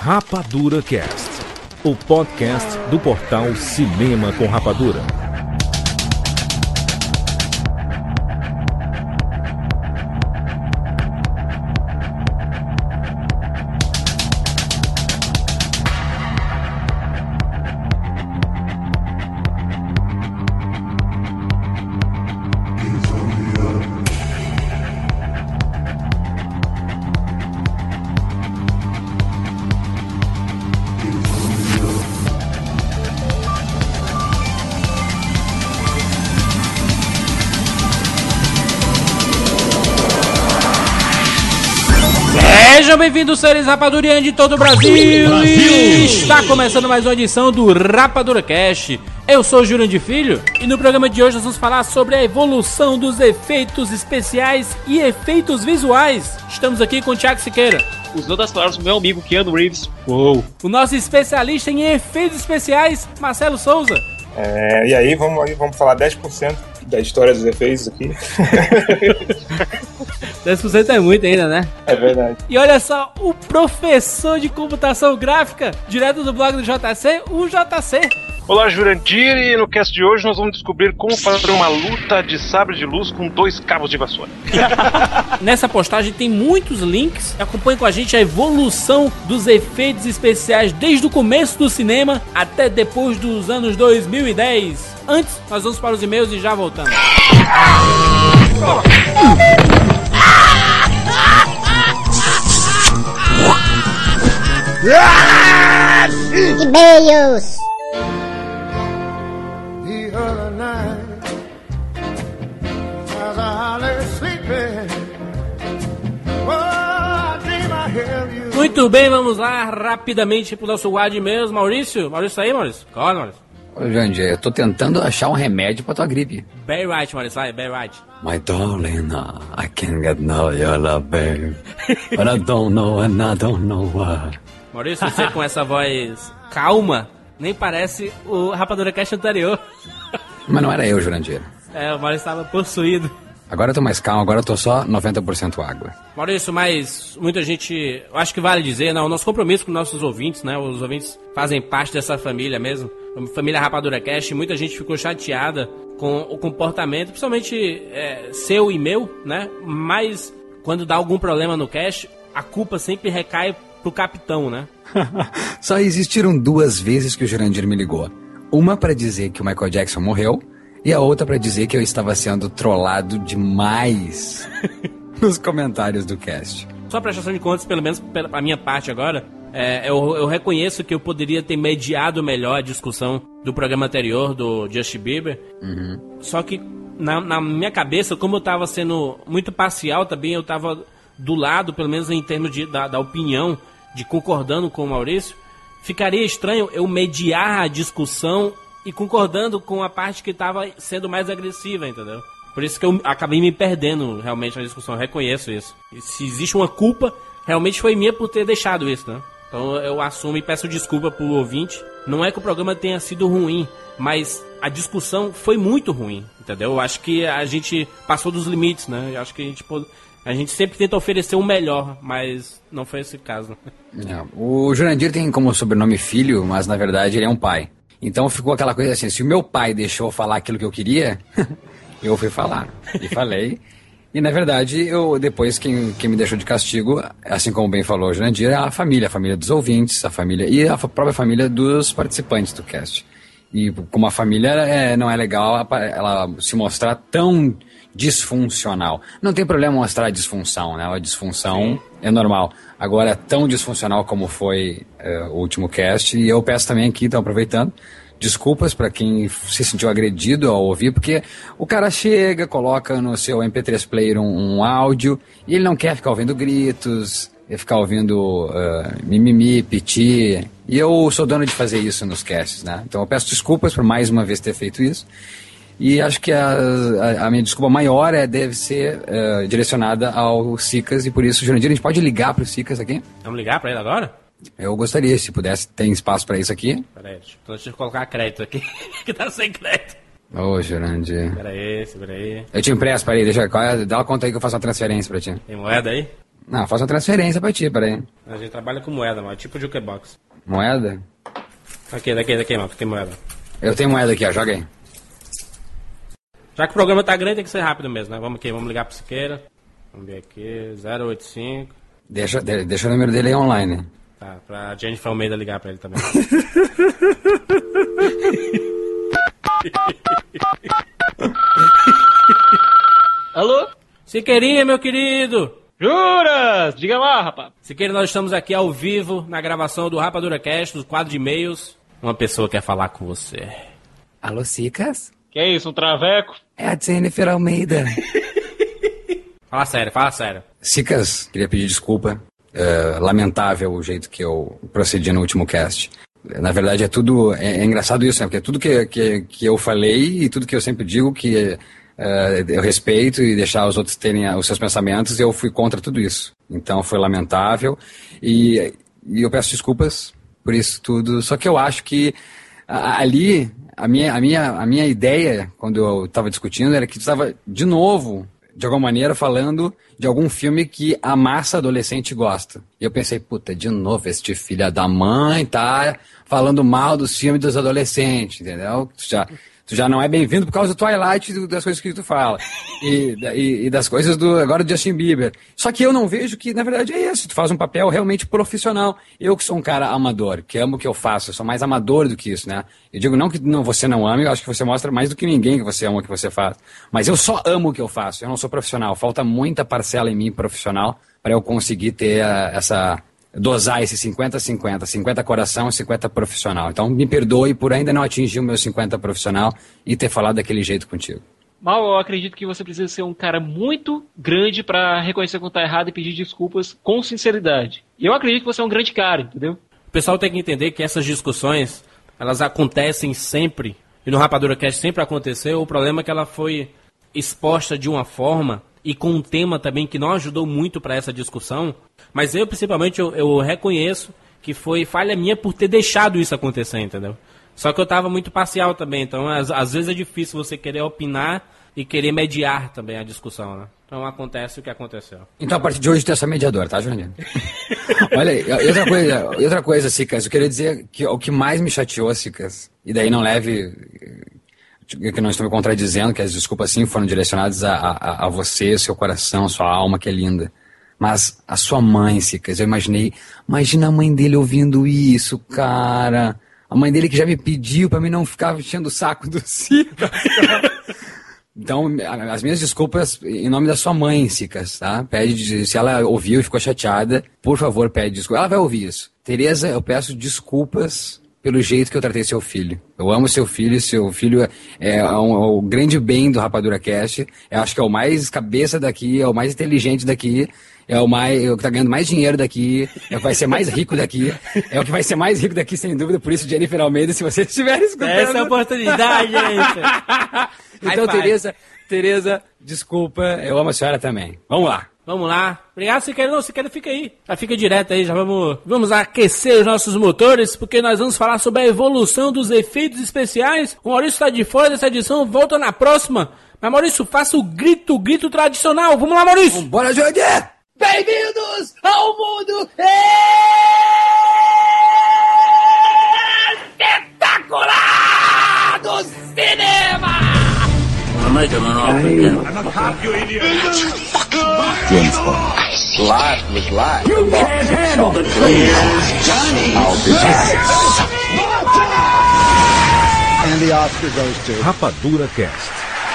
Rapadura Cast, o podcast do portal Cinema com Rapadura. Sejam bem-vindos, seres rapadurianos de todo o Brasil. Está começando mais uma edição do Rapadura Cast. Eu sou o Jurandir Filho e no programa de hoje nós vamos falar sobre a evolução dos efeitos especiais e efeitos visuais. Estamos aqui com o Thiago Siqueira. Usando as palavras do meu amigo Keanu Reeves. Uou. O nosso especialista em efeitos especiais, Marcelo Souza. E aí, vamos falar 10% da história dos efeitos aqui. 10% é muito ainda, né? É verdade. E olha só, o professor de computação gráfica, direto do blog do JC, o JC. Olá, Jurandir, e no cast de hoje nós vamos descobrir como fazer uma luta de sabre de luz com 2 cabos de vassoura. Nessa postagem tem muitos links. Acompanhe com a gente a evolução dos efeitos especiais desde o começo do cinema até depois dos anos 2010. Antes, nós vamos para os e-mails e já voltamos. E-mails. Muito bem, vamos lá rapidamente pro nosso guarda de e-mails. Maurício tá aí, Maurício? Corre, Maurício. Ô, Jandir, eu tô tentando achar um remédio pra tua gripe. Barry White, Maurício, vai, Barry White. My darling, I can't get no your love, baby. But I don't know and I don't know why. Maurício, você com essa voz calma, nem parece o Rapadura Cast anterior. Mas não era eu, Jurandir. O Maurício estava possuído. Agora eu tô mais calmo, agora eu tô só 90% água. Maurício, mas muita gente, eu acho que vale dizer, o nosso compromisso com nossos ouvintes, né? Os ouvintes fazem parte dessa família mesmo, família Rapadura Cast. Muita gente ficou chateada com o comportamento, principalmente seu e meu, né? Mas quando dá algum problema no cast, a culpa sempre recai pro capitão, né? Só existiram 2 vezes que o Jurandir me ligou. Uma pra dizer que o Michael Jackson morreu, e a outra pra dizer que eu estava sendo trollado demais nos comentários do cast. Só prestação de contas, pelo menos pela minha parte agora, eu reconheço que eu poderia ter mediado melhor a discussão do programa anterior, do Justin Bieber. Uhum. Só que na minha cabeça, como eu estava sendo muito parcial também, eu estava do lado, pelo menos em termos da opinião, de concordando com o Maurício, ficaria estranho eu mediar a discussão e concordando com a parte que estava sendo mais agressiva, entendeu? Por isso que eu acabei me perdendo realmente na discussão, eu reconheço isso. E se existe uma culpa, realmente foi minha por ter deixado isso, né? Então eu assumo e peço desculpa pro ouvinte. Não é que o programa tenha sido ruim, mas a discussão foi muito ruim, entendeu? Eu acho que a gente passou dos limites, né? Eu acho que a gente sempre tenta oferecer o melhor, mas não foi esse caso. O Jurandir tem como sobrenome filho, mas na verdade ele é um pai. Então ficou aquela coisa assim, se o meu pai deixou eu falar aquilo que eu queria, eu fui falar. E falei. E na verdade, depois quem me deixou de castigo, assim como bem falou o Jurandir, é a família dos ouvintes, a família e a própria família dos participantes do cast. E como a família não é legal ela se mostrar tão disfuncional. Não tem problema mostrar a disfunção, né? A disfunção Sim. É normal. Agora, tão disfuncional como foi o último cast, e eu peço também aqui, então aproveitando, desculpas para quem se sentiu agredido ao ouvir, porque o cara chega, coloca no seu MP3 player um áudio, e ele não quer ficar ouvindo gritos, ficar ouvindo mimimi, piti, e eu sou dono de fazer isso nos casts, né? Então eu peço desculpas por mais uma vez ter feito isso. E acho que a minha desculpa maior deve ser direcionada ao Sicas, e por isso, Jurandir, a gente pode ligar pro Sicas aqui? Vamos ligar pra ele agora? Eu gostaria, se pudesse, tem espaço pra isso aqui. Peraí, deixa eu colocar crédito aqui, que tá sem crédito. Ô, Jurandir. Peraí. Eu te empresto, peraí, dá uma conta aí que eu faço uma transferência pra ti. Tem moeda aí? Não, faço uma transferência pra ti, peraí. A gente trabalha com moeda, mano. Tipo jukebox. Moeda? Daqui, mano. Tem moeda. Eu tenho moeda aqui, ó. Joga aí. Já que o programa tá grande, tem que ser rápido mesmo, né? Vamos ligar pro Siqueira. Vamos ver aqui. 085. Deixa o número dele aí online. Tá, pra Jennifer Almeida ligar pra ele também. Alô? Siqueirinha, meu querido! Juras! Diga lá, rapaz. Siqueira, nós estamos aqui ao vivo na gravação do Rapadura Cast, do quadro de e-mails. Uma pessoa quer falar com você. Alô, Cicas? Que é isso, um traveco? É a Jennifer Almeida. Fala sério. Cicas, queria pedir desculpa. Lamentável o jeito que eu procedi no último cast. Na verdade, é engraçado isso, né? Porque tudo que eu falei e tudo que eu sempre digo que eu respeito e deixar os outros terem os seus pensamentos, eu fui contra tudo isso. Então foi lamentável e eu peço desculpas por isso tudo. Só que eu acho que ali a minha ideia, quando eu estava discutindo, era que tu estava de novo, de alguma maneira, falando de algum filme que a massa adolescente gosta. E eu pensei, puta, de novo este filho da mãe tá falando mal dos filmes dos adolescentes, entendeu? Tu já não é bem-vindo por causa do Twilight e das coisas que tu fala. E das coisas agora do Justin Bieber. Só que eu não vejo que, na verdade, é isso. Tu faz um papel realmente profissional. Eu que sou um cara amador, que amo o que eu faço. Eu sou mais amador do que isso, né? Eu digo não que você não ame, eu acho que você mostra mais do que ninguém que você ama o que você faz. Mas eu só amo o que eu faço. Eu não sou profissional. Falta muita parcela em mim profissional para eu conseguir ter dosar esse 50-50, 50 coração e 50 profissional. Então me perdoe por ainda não atingir o meu 50 profissional e ter falado daquele jeito contigo. Mal, eu acredito que você precisa ser um cara muito grande pra reconhecer quando tá errado e pedir desculpas com sinceridade. E eu acredito que você é um grande cara, entendeu? O pessoal tem que entender que essas discussões, elas acontecem sempre, e no Rapadura Cast sempre aconteceu. O problema é que ela foi exposta de uma forma e com um tema também que não ajudou muito para essa discussão, mas eu principalmente eu reconheço que foi falha minha por ter deixado isso acontecer, entendeu? Só que eu estava muito parcial também, então às vezes é difícil você querer opinar e querer mediar também a discussão, né? Então acontece o que aconteceu. Então a partir de hoje tu é essa mediadora, tá, Jurandir? Olha aí, outra coisa, Cicas, eu queria dizer que o que mais me chateou, Cicas, e daí não leve... que não estou me contradizendo, que as desculpas sim foram direcionadas a você, seu coração, sua alma, que é linda. Mas a sua mãe, Cicas, eu imagina a mãe dele ouvindo isso, cara. A mãe dele que já me pediu pra mim não ficar enchendo o saco do Cicas. Então, as minhas desculpas em nome da sua mãe, Cicas, tá? Se ela ouviu e ficou chateada, por favor, pede desculpa. Ela vai ouvir isso. Tereza, eu peço desculpas pelo jeito que eu tratei seu filho. Eu amo seu filho é o grande bem do Rapadura Cast. Eu acho que é o mais cabeça daqui, é o mais inteligente daqui, é o que tá ganhando mais dinheiro daqui, é o que vai ser mais rico daqui, é o que vai ser mais rico daqui, sem dúvida. Por isso, Jennifer Almeida, se você estiver escutando... Essa é a oportunidade, gente. Então, Tereza, desculpa, eu amo a senhora também. Vamos lá. Vamos lá. Obrigado, Siqueira. Não, Siqueira, fica aí. Já fica direto aí. Já vamos aquecer os nossos motores, porque nós vamos falar sobre a evolução dos efeitos especiais. O Maurício está de fora dessa edição. Volta na próxima. Mas, Maurício, faça o grito tradicional. Vamos lá, Maurício. Bora, Jurandir! Bem-vindos ao mundo espetacular do cinema! I'm a cop, you idiot! James Bond. Life was life. You can't handle the truth! Johnny! I'll be back. And the Oscar goes to Rapadura Cast.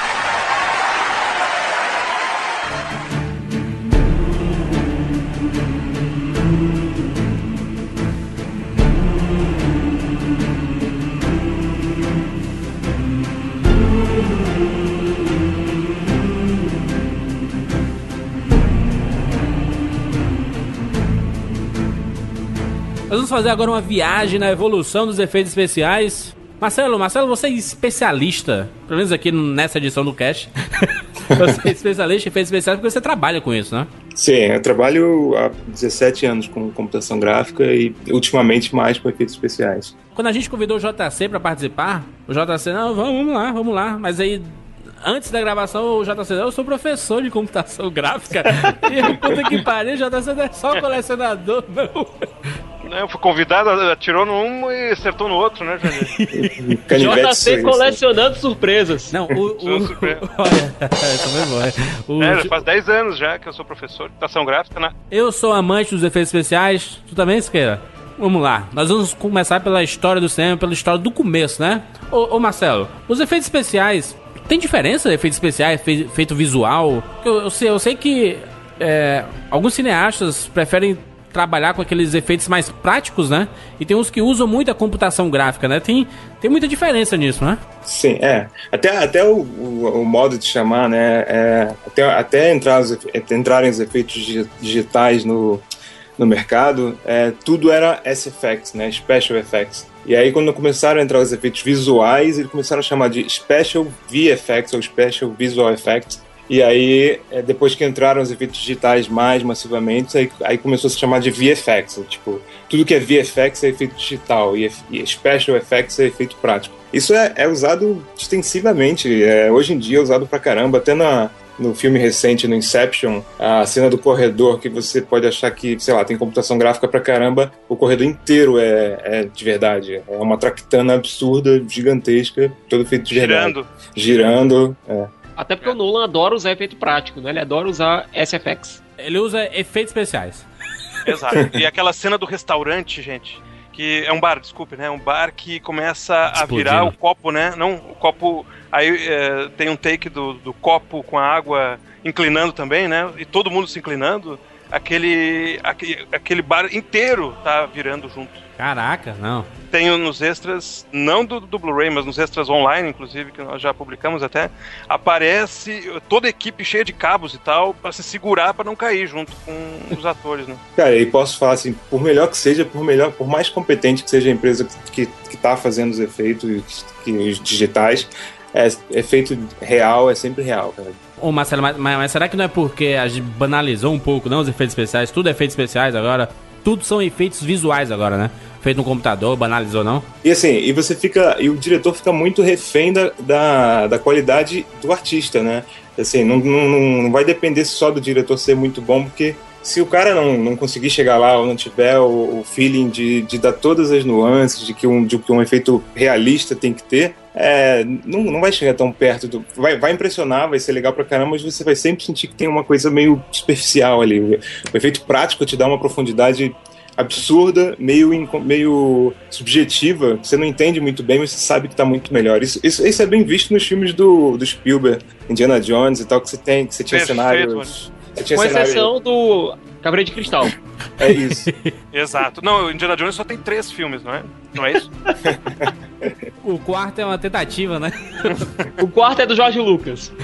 Nós vamos fazer agora uma viagem na evolução dos efeitos especiais. Marcelo, você é especialista, pelo menos aqui nessa edição do Cast. Você é especialista em efeitos especiais porque você trabalha com isso, né? Sim, eu trabalho há 17 anos com computação gráfica e ultimamente mais com efeitos especiais. Quando a gente convidou o JC pra participar, o JC, não, vamos lá. Mas aí antes da gravação, o JC, eu sou professor de computação gráfica. E puta que pariu, o JC não é só colecionador, não. Eu fui convidado, atirou no um e acertou no outro, né, Jandir? JC colecionando surpresas. Não, olha, essa foi boa. Já faz 10 anos já que eu sou professor de computação gráfica, né? Eu sou amante dos efeitos especiais. Tu também, Siqueira? Vamos lá. Nós vamos começar pela história do cinema, pela história do começo, né? Ô Marcelo, os efeitos especiais... Tem diferença de efeitos especiais, efeito visual? Eu sei que alguns cineastas preferem trabalhar com aqueles efeitos mais práticos, né? E tem uns que usam muito a computação gráfica, né? Tem muita diferença nisso, né? Sim, até o modo de chamar, né? Até entrarem os efeitos digitais no mercado, tudo era SFX, né? Special Effects. E aí, quando começaram a entrar os efeitos visuais, eles começaram a chamar de Special VFX ou Special Visual Effects. E aí, depois que entraram os efeitos digitais mais massivamente, aí começou a se chamar de VFX. Tipo, tudo que é VFX é efeito digital e Special Effects é efeito prático. Isso é usado extensivamente. Hoje em dia é usado pra caramba. Até no filme recente, no Inception, a cena do corredor, que você pode achar que, sei lá, tem computação gráfica pra caramba, o corredor inteiro é de verdade. É uma traquitana absurda, gigantesca, todo feito de verdade. Girando. Até porque o Nolan adora usar efeito prático, né? Ele adora usar SFX. Ele usa efeitos especiais. Exato. E aquela cena do restaurante, gente, que é um bar, desculpe, né? Um bar que começa a virar o copo, né? Não, o copo... Aí tem um take do copo com a água inclinando também, né? E todo mundo se inclinando. Aquele bar inteiro tá virando junto. Caraca, não. Tem nos extras, não do Blu-ray, mas nos extras online, inclusive, que nós já publicamos até, aparece toda a equipe cheia de cabos e tal, pra se segurar pra não cair junto com os atores, né? Cara, e posso falar assim, por melhor que seja, por mais competente que seja a empresa que tá fazendo os efeitos digitais, efeito real é sempre real, cara. Ô Marcelo, mas será que não é porque a gente banalizou um pouco, não, os efeitos especiais? Tudo é efeitos especiais agora? Tudo são efeitos visuais agora, né? Feito no computador, banalizou, não? E assim, e o diretor fica muito refém da qualidade do artista, né? Assim, não vai depender só do diretor ser muito bom, porque se o cara não conseguir chegar lá ou não tiver o feeling de dar todas as nuances de que um efeito realista tem que ter, não vai chegar tão perto vai impressionar, vai ser legal pra caramba, mas você vai sempre sentir que tem uma coisa meio superficial ali. O efeito prático te dá uma profundidade absurda, meio subjetiva, você não entende muito bem, mas você sabe que tá muito melhor. Isso é bem visto nos filmes do Spielberg, Indiana Jones e tal, que você tinha cenários... Com exceção do Caveira de Cristal. É isso. Exato. Não, o Indiana Jones só tem 3 filmes, não é? Não é isso? O quarto é uma tentativa, né? O quarto é do George Lucas.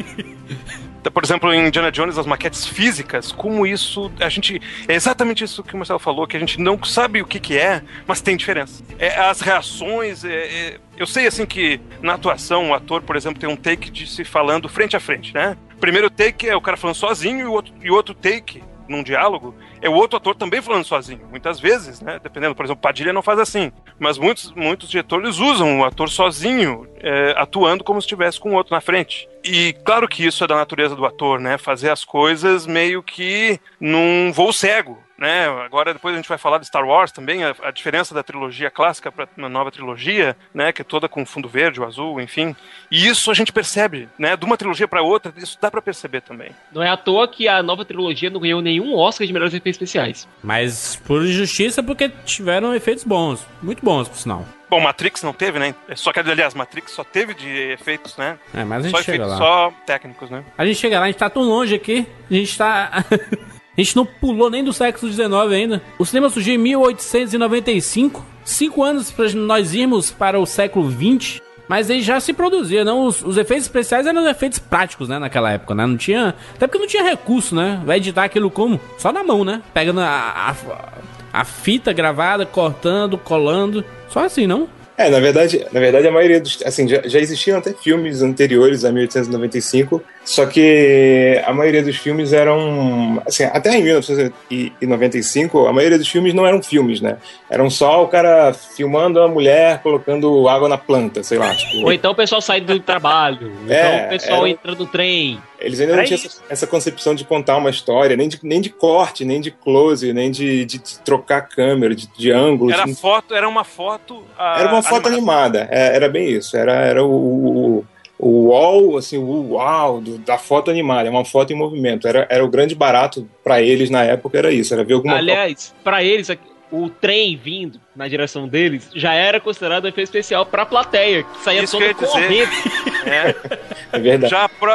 Por exemplo, em Indiana Jones, as maquetes físicas, como isso, é exatamente isso que o Marcelo falou, que a gente não sabe o que é, mas tem diferença. As reações, eu sei assim que na atuação, o ator, por exemplo, tem um take de se falando frente a frente, né? O primeiro take é o cara falando sozinho e o outro take, num diálogo, é o outro ator também falando sozinho. Muitas vezes, né? Dependendo, por exemplo, Padilha não faz assim. Mas muitos diretores usam o ator sozinho, atuando como se estivesse com o outro na frente. E claro que isso é da natureza do ator, né? Fazer as coisas meio que num voo cego, né? Agora depois a gente vai falar de Star Wars também, a diferença da trilogia clássica para uma nova trilogia, né? Que é toda com fundo verde, o azul, enfim. E isso a gente percebe, né? De uma trilogia para outra, isso dá para perceber também. Não é à toa que a nova trilogia não ganhou nenhum Oscar de melhores efeitos especiais. Mas por justiça, porque tiveram efeitos bons, muito bons, por sinal. Bom, Matrix não teve, né? Só que, aliás, Matrix só teve de efeitos, né? Mas a gente chega lá. Só técnicos, né? A gente chega lá, a gente tá tão longe aqui, a gente tá... A gente não pulou nem do século XIX ainda. O cinema surgiu em 1895, 5 anos pra nós irmos para o século XX, mas aí já se produzia, não? Os efeitos especiais eram efeitos práticos, né, naquela época, né? Não tinha... Até porque não tinha recurso, né? Vai editar aquilo como? Só na mão, né? Pegando a fita gravada, cortando, colando. Só assim, não? Na verdade a maioria dos... Assim, já existiam até filmes anteriores a 1895, Só que a maioria dos filmes eram... Assim, até em 1995, a maioria dos filmes não eram filmes, né? Eram só o cara filmando a mulher colocando água na planta, sei lá. Tipo... Ou então o pessoal sai do trabalho. Então o pessoal entra no trem. Eles ainda não tinham essa concepção de contar uma história, nem de corte, nem de close, nem de trocar a câmera, de ângulos. Era uma foto... Era uma foto animada. Era bem isso. Era o wall, assim, o uau da foto animada, é uma foto em movimento. Era o grande barato pra eles na época, era isso, era ver alguma coisa. Aliás, pra eles, o trem vindo na direção deles já era considerado um efeito especial pra plateia, que saía toda correndo. É verdade.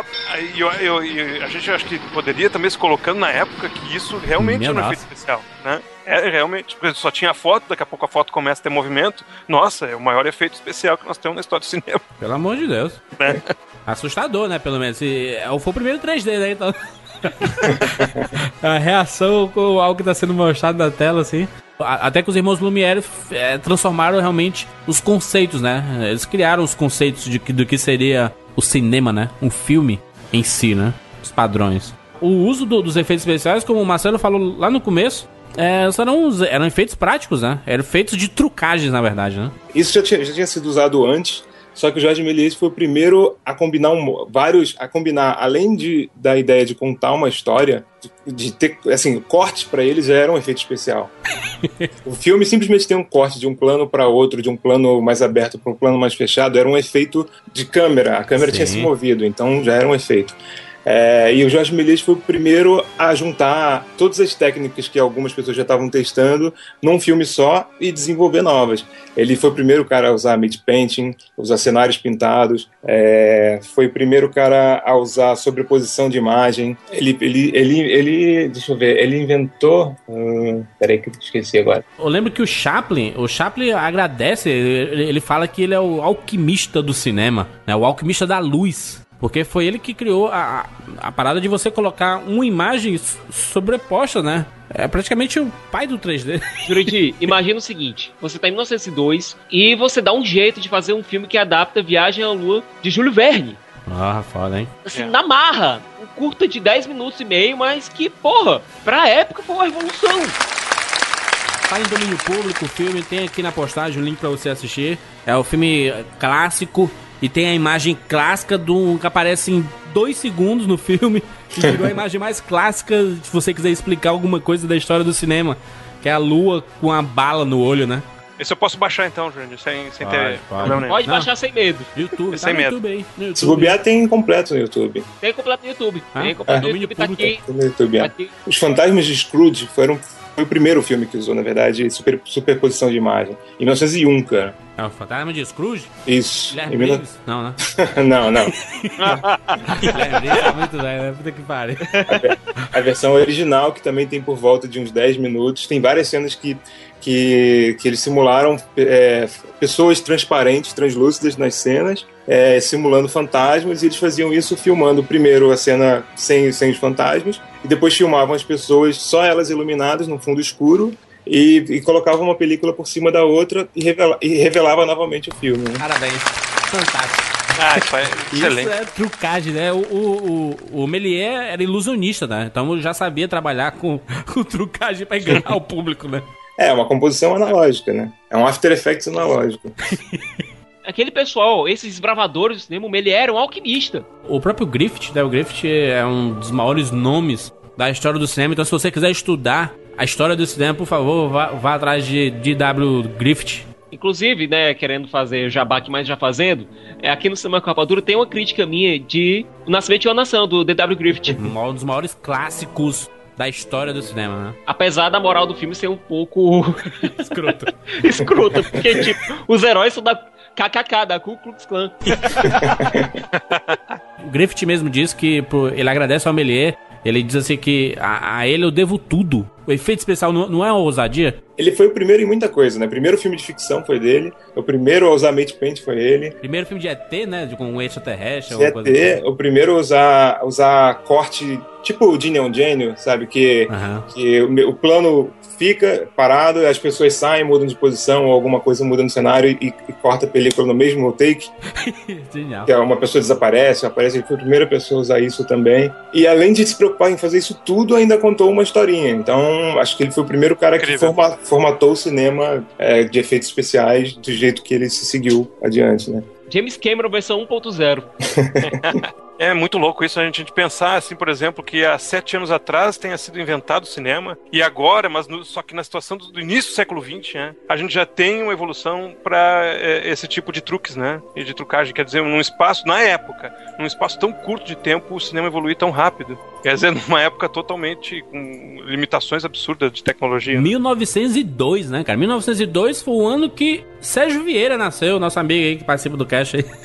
A gente acho que poderia também se colocando na época que isso realmente era um efeito especial, né? Realmente, só tinha a foto, daqui a pouco a foto começa a ter movimento. Nossa, é o maior efeito especial que nós temos na história do cinema. Pelo amor de Deus. Né? Assustador, né, pelo menos. Foi o primeiro 3D, né, então... A reação com algo que está sendo mostrado na tela, assim. Até que os irmãos Lumière transformaram realmente os conceitos, né? Eles criaram os conceitos do que seria o cinema, né? Um filme em si, né? Os padrões. O uso dos efeitos especiais, como o Marcelo falou lá no começo, eram efeitos práticos, né? Eram efeitos de trucagens, na verdade, né? Isso já tinha sido usado antes, só que o Jorge Méliès foi o primeiro a combinar além da ideia de contar uma história, de ter, assim, cortes para eles já eram um efeito especial. O filme simplesmente tem um corte de um plano para outro, de um plano mais aberto para um plano mais fechado, era um efeito de câmera, a câmera tinha se movido, então já era um efeito. E o Jorge Méliès foi o primeiro a juntar todas as técnicas que algumas pessoas já estavam testando num filme só e desenvolver novas. Ele foi o primeiro cara a usar mid painting, usar cenários pintados, foi o primeiro cara a usar sobreposição de imagem. Ele deixa eu ver, ele inventou... peraí que eu esqueci agora. Eu lembro que o Chaplin agradece, ele fala que ele é o alquimista do cinema, né? O alquimista da luz. Porque foi ele que criou a parada de você colocar uma imagem sobreposta, né? É praticamente o pai do 3D. Jurandir, imagina o seguinte. Você tá em 1902 e você dá um jeito de fazer um filme que adapta Viagem à Lua de Júlio Verne. Foda, hein? Assim, na marra. Um curta de 10 minutos e meio, mas que, porra, pra época foi uma revolução. Tá em domínio público o filme, tem aqui na postagem o link pra você assistir. É o filme clássico. E tem a imagem clássica que aparece em 2 segundos no filme. E virou a imagem mais clássica, se você quiser explicar alguma coisa da história do cinema. Que é a lua com a bala no olho, né? Esse eu posso baixar então, Jurandir, sem ter problema nenhum. Pode baixar sem medo. YouTube, sem medo. YouTube aí. No YouTube. Se bobear, tem completo no YouTube. Tem completo no YouTube. Tem completo no YouTube, tá aqui. No YouTube, Os Fantasmas de Scrooge foi o primeiro filme que usou, na verdade, superposição de imagem. Em 1901, cara. É o Fantasma de Scrooge? Isso. Não, né? Não. Guilherme Briggs é muito velho, né? Puta que pariu. A versão original, que também tem por volta de uns 10 minutos, tem várias cenas que eles simularam pessoas transparentes, translúcidas nas cenas, simulando fantasmas, e eles faziam isso filmando primeiro a cena sem os fantasmas, e depois filmavam as pessoas, só elas iluminadas, num fundo escuro, e colocavam uma película por cima da outra e revelava novamente o filme. Né? Parabéns. Fantástico. Isso é excelente. Isso é trucagem, né? O Méliès era ilusionista, né? Então já sabia trabalhar com trucagem pra enganar o público, né? É uma composição analógica, né? É um After Effects analógico. Aquele pessoal, esses desbravadores do cinema, o Méliès era um alquimista. O próprio Griffith, né? O Griffith é um dos maiores nomes da história do cinema. Então, se você quiser estudar a história do cinema, por favor, vá atrás de D.W. Griffith. Inclusive, né, querendo fazer jabá que mais já fazendo, aqui no Cinema com Rapadura tem uma crítica minha de O Nascimento de uma Nação, do D.W. Griffith. Um dos maiores clássicos da história do cinema, né? Apesar da moral do filme ser um pouco... Escroto, porque, tipo, os heróis são da KKK, da Ku Klux Klan. O Griffith mesmo diz que ele agradece ao Méliès. Ele diz assim que a ele eu devo tudo. O efeito especial não é uma ousadia? Ele foi o primeiro em muita coisa, né? O primeiro filme de ficção foi dele, o primeiro a usar Matte Paint foi ele. Primeiro filme de ET, né? Com um extraterrestre. De ET, assim. O primeiro a usar corte tipo o Gene on Gênio, sabe? Que o plano fica parado, as pessoas saem, mudam de posição ou alguma coisa muda no cenário e corta a película no mesmo take. Genial. Que uma pessoa desaparece, aparece, ele foi a primeira pessoa a usar isso também. E além de se preocupar em fazer isso tudo, ainda contou uma historinha. Então, acho que ele foi o primeiro cara que formatou o cinema de efeitos especiais do jeito que ele se seguiu adiante, né? James Cameron versão 1.0. É muito louco isso, a gente pensar, assim, por exemplo, que há 7 anos atrás tenha sido inventado o cinema, e agora, só que na situação do início do século XX, né, a gente já tem uma evolução para esse tipo de truques, né, e de trucagem. Quer dizer, num espaço tão curto de tempo, o cinema evoluiu tão rápido. Quer dizer, numa época totalmente com limitações absurdas de tecnologia. 1902, né, cara? 1902 foi o ano que Sérgio Vieira nasceu, nosso amigo aí que participa do cast aí.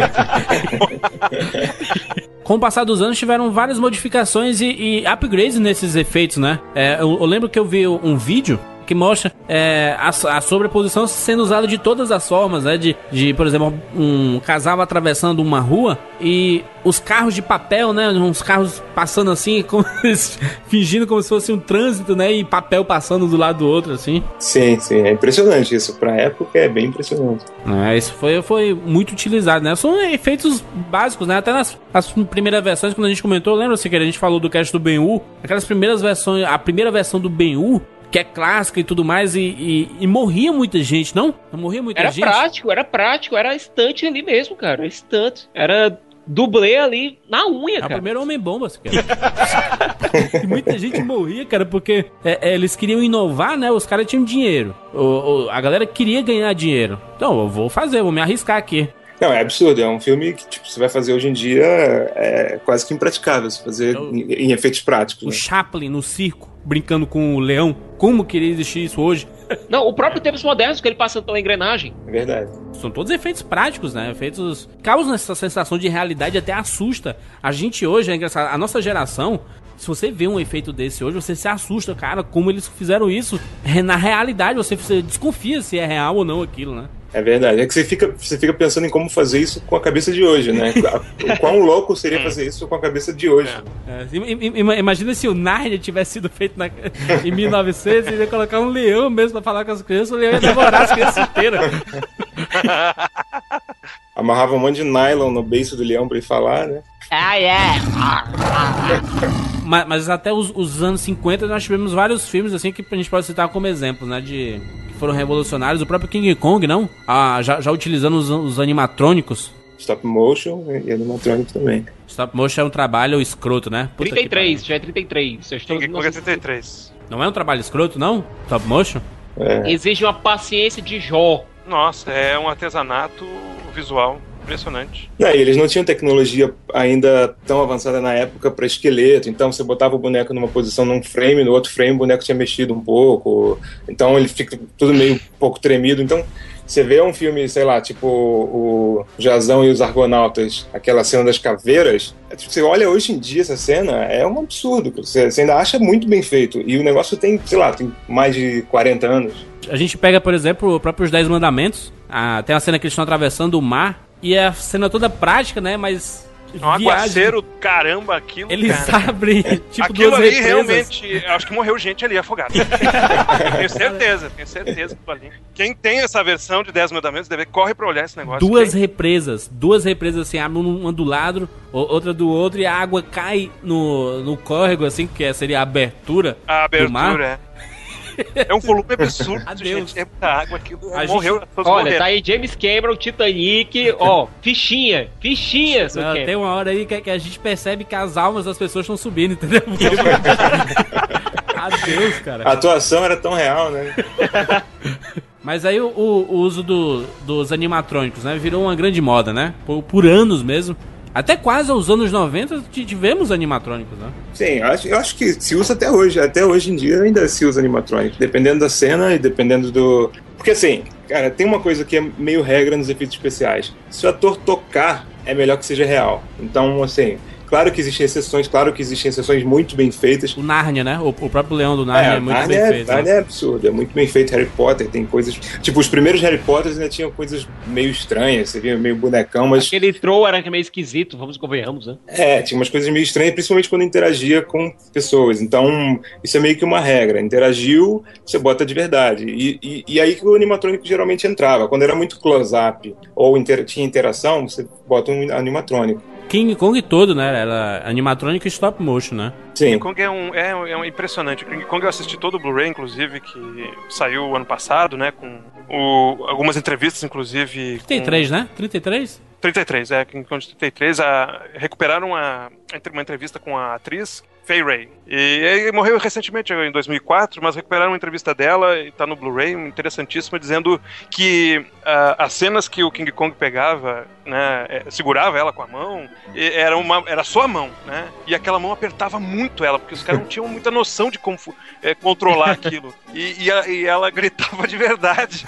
Com o passar dos anos tiveram várias modificações e upgrades nesses efeitos, né? Eu lembro que eu vi um vídeo que mostra a sobreposição sendo usada de todas as formas, né? De, por exemplo, um casal atravessando uma rua e os carros de papel, né? Uns carros passando assim, fingindo como se fosse um trânsito, né? E papel passando do lado do outro, assim. Sim, é impressionante isso. Pra época é bem impressionante. Isso foi muito utilizado, né? São efeitos básicos, né? Até nas primeiras versões, quando a gente comentou, lembra-se que a gente falou do cast do Ben-Hur? Aquelas primeiras versões, a primeira versão do Ben-Hur, que é clássica e tudo mais, e morria muita gente, não? Não morria muita gente? Era prático, era instante ali mesmo, cara, era instante. Era dublê ali na unha, cara. É o primeiro Homem-Bomba, cara. E muita gente morria, cara, porque eles queriam inovar, né? Os caras tinham dinheiro. A galera queria ganhar dinheiro. Então, eu vou me arriscar aqui. Não, é absurdo, é um filme que você vai fazer hoje em dia é quase que impraticável se fazer em efeitos práticos. O Chaplin no circo, brincando com o leão, como queria existir isso hoje? Não, o próprio Tempos Modernos, que ele passa pela engrenagem. É verdade. São todos efeitos práticos, né? Efeitos causam essa sensação de realidade, até assusta. A gente hoje, é engraçado, a nossa geração, se você vê um efeito desse hoje, você se assusta, cara, como eles fizeram isso. Na realidade, você desconfia se é real ou não aquilo, né? É verdade. É que você fica pensando em como fazer isso com a cabeça de hoje, né? O quão louco seria fazer isso com a cabeça de hoje. Imagina se o Narnia tivesse sido feito em 1900 e ia colocar um leão mesmo pra falar com as crianças, o leão ia devorar as crianças inteiras. Amarrava um monte de nylon no beiço do leão pra ele falar, né? Mas até os anos 50 nós tivemos vários filmes assim que a gente pode citar como exemplo, né? Que foram revolucionários. O próprio King Kong, não? Já utilizando os animatrônicos. Stop motion e animatrônico também. Stop motion é um trabalho escroto, né? Puta 33, já é 33. King Kong é 33. Não é um trabalho escroto, não? Stop motion? Exige uma paciência de Jó. Nossa, é um artesanato visual impressionante. E eles não tinham tecnologia ainda tão avançada na época para esqueleto, então você botava o boneco numa posição num frame, no outro frame o boneco tinha mexido um pouco, então ele fica tudo meio um pouco tremido. Então você vê um filme, sei lá, tipo o Jazão e os Argonautas, aquela cena das caveiras, você olha hoje em dia essa cena, é um absurdo, você ainda acha muito bem feito, e o negócio tem, sei lá, tem mais de 40 anos. A gente pega, por exemplo, os próprios 10 Mandamentos, tem uma cena que eles estão atravessando o mar, e é a cena toda prática, né, mas... Um aguaceiro, caramba, aquilo, eles cara. Abrem, tipo, aquilo duas ali represas. realmente, acho que morreu gente ali afogada. tenho certeza que ali. Quem tem essa versão de 10 mandamentos corre pra olhar esse negócio. Duas represas assim, abrem uma do lado, outra do outro, e a água cai no córrego, assim, que seria a abertura do mar. É um volume absurdo, Adeus. gente. É muita água, aquilo morreu. Olha, tá aí James Cameron, Titanic, fichinha. Tem uma hora aí que a gente percebe que as almas das pessoas estão subindo, entendeu? Adeus, cara. A atuação era tão real, né? Mas aí o uso dos animatrônicos, né? Virou uma grande moda, né? Por anos mesmo. Até quase aos anos 90 tivemos animatrônicos, né? Sim, eu acho que se usa até hoje. Até hoje em dia ainda se usa animatrônico. Dependendo da cena e dependendo do... Porque assim, cara, tem uma coisa que é meio regra nos efeitos especiais. Se o ator tocar, é melhor que seja real. Então, assim, Claro que existem exceções muito bem feitas. O Nárnia, né? O próprio Leão do Nárnia é muito bem feito. Nárnia é absurdo, é muito bem feito. Harry Potter tem coisas... Tipo, os primeiros Harry Potter ainda tinham coisas meio estranhas, você via meio bonecão, mas... Aquele troll era meio esquisito, vamos convenhamos, né? Tinha umas coisas meio estranhas, principalmente quando interagia com pessoas. Então, isso é meio que uma regra. Interagiu, você bota de verdade. E aí que o animatrônico geralmente entrava. Quando era muito close-up ou tinha interação, você bota um animatrônico. King Kong todo, né? Ela animatrônica e stop motion, né? Sim. King Kong é um impressionante. King Kong eu assisti todo o Blu-ray, inclusive, que saiu ano passado, né? Com algumas entrevistas, inclusive. 33, né? 33? 33, King Kong de 33. Recuperaram uma entrevista com a atriz Fay Wray. E morreu recentemente, em 2004, mas recuperaram uma entrevista dela, e tá no Blu-ray, interessantíssima, dizendo que as cenas que o King Kong pegava, né, segurava ela com a mão, era só a mão, né? E aquela mão apertava muito ela, porque os caras não tinham muita noção de como controlar aquilo. E ela gritava de verdade.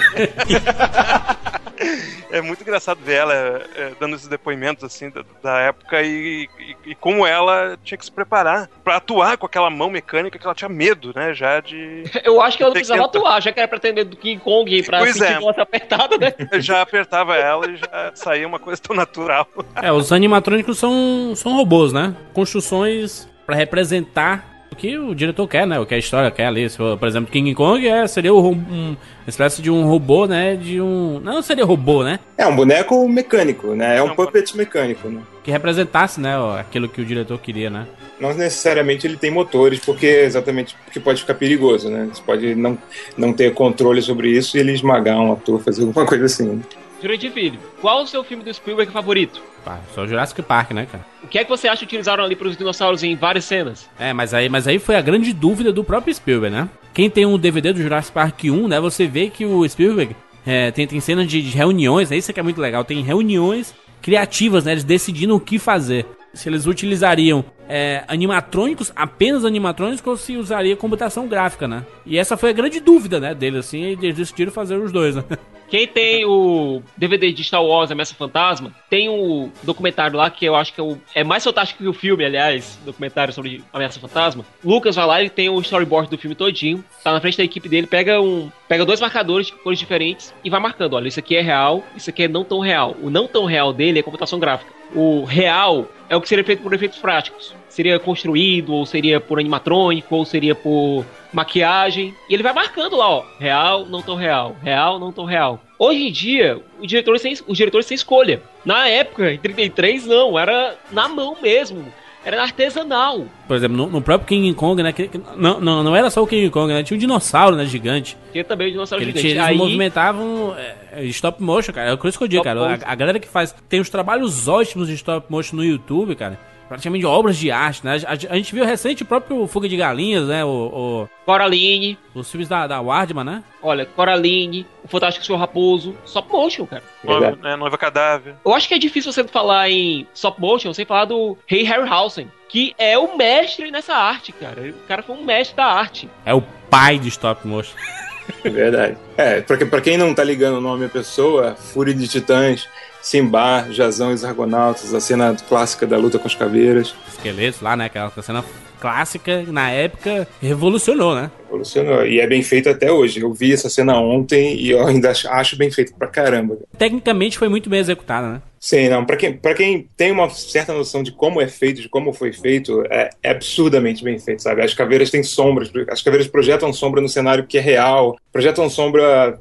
É muito engraçado ver ela dando esses depoimentos assim da época e como ela tinha que se preparar pra atuar com aquela mão mecânica que ela tinha medo, né? Já de... Eu acho que ela não precisava atuar, já que era pra ter medo do King Kong pra sentir a voz apertada, né? Já apertava ela e já saía uma coisa tão natural. Os animatrônicos são robôs, né? Construções pra representar o que o diretor quer, né? O que a história quer ali. Se for, por exemplo, King Kong seria uma espécie de um robô, né? Não seria robô, né? É um boneco mecânico, né? É um puppet mecânico, né? Que representasse, né? Aquilo que o diretor queria, né? Não necessariamente ele tem motores, porque pode ficar perigoso, né? Você pode não ter controle sobre isso e ele esmagar um ator, fazer alguma coisa assim, né? Jurandir Filho, qual o seu filme do Spielberg favorito? Só o Jurassic Park, né, cara? O que é que você acha que utilizaram ali para os dinossauros em várias cenas? Mas aí foi a grande dúvida do próprio Spielberg, né? Quem tem um DVD do Jurassic Park 1, né, você vê que o Spielberg tem cenas de reuniões, né? Isso que é muito legal, tem reuniões criativas, né? Eles decidindo o que fazer. Se eles utilizariam animatrônicos, apenas animatrônicos, ou se usaria computação gráfica, né? E essa foi a grande dúvida, né, deles, assim, e eles decidiram fazer os dois, né? Quem tem o DVD de Star Wars, Ameaça Fantasma, tem um documentário lá que eu acho que é mais fantástico que o filme, aliás, documentário sobre Ameaça Fantasma. Lucas vai lá, ele tem o storyboard do filme todinho, tá na frente da equipe dele, pega dois marcadores de cores diferentes e vai marcando, olha, isso aqui é real, isso aqui é não tão real. O não tão real dele é computação gráfica. O real é o que seria feito por efeitos práticos. Seria construído, ou seria por animatrônico, ou seria por maquiagem. E ele vai marcando lá, ó, real, não tão real, real, não tão real. Hoje em dia, os diretores têm escolha. Na época, em 33, não, era na mão mesmo. Era artesanal. Por exemplo, no próprio King Kong, né? Não era só o King Kong, né? Tinha um dinossauro, né? Gigante. Tinha também o dinossauro gigante. Eles movimentavam stop motion, cara. É por isso que eu digo, cara. A galera que tem os trabalhos ótimos de stop motion no YouTube, cara. Praticamente obras de arte, né? A gente viu recente o próprio Fuga de Galinhas, né? Coraline. Os filmes da Wardman, né? Olha, Coraline, o Fantástico Senhor Raposo, stop motion, cara. Noiva Cadáver. Eu acho que é difícil você falar em stop motion sem falar do Ray Harryhausen, que é o mestre nessa arte, cara. O cara foi um mestre da arte. É o pai de stop motion. É verdade. Pra quem não tá ligando o nome à pessoa, Fúria de Titãs, Simba, Jazão e os Argonautas, a cena clássica da luta com as caveiras. Esqueletos lá, né? Aquela cena clássica, na época, revolucionou, né? Revolucionou. E é bem feito até hoje. Eu vi essa cena ontem e eu ainda acho bem feito pra caramba. Tecnicamente foi muito bem executada, né? Sim, não. Pra quem tem uma certa noção de como é feito, de como foi feito, é absurdamente bem feito, sabe? As caveiras têm sombras, as caveiras projetam sombra no cenário que é real, projetam sombra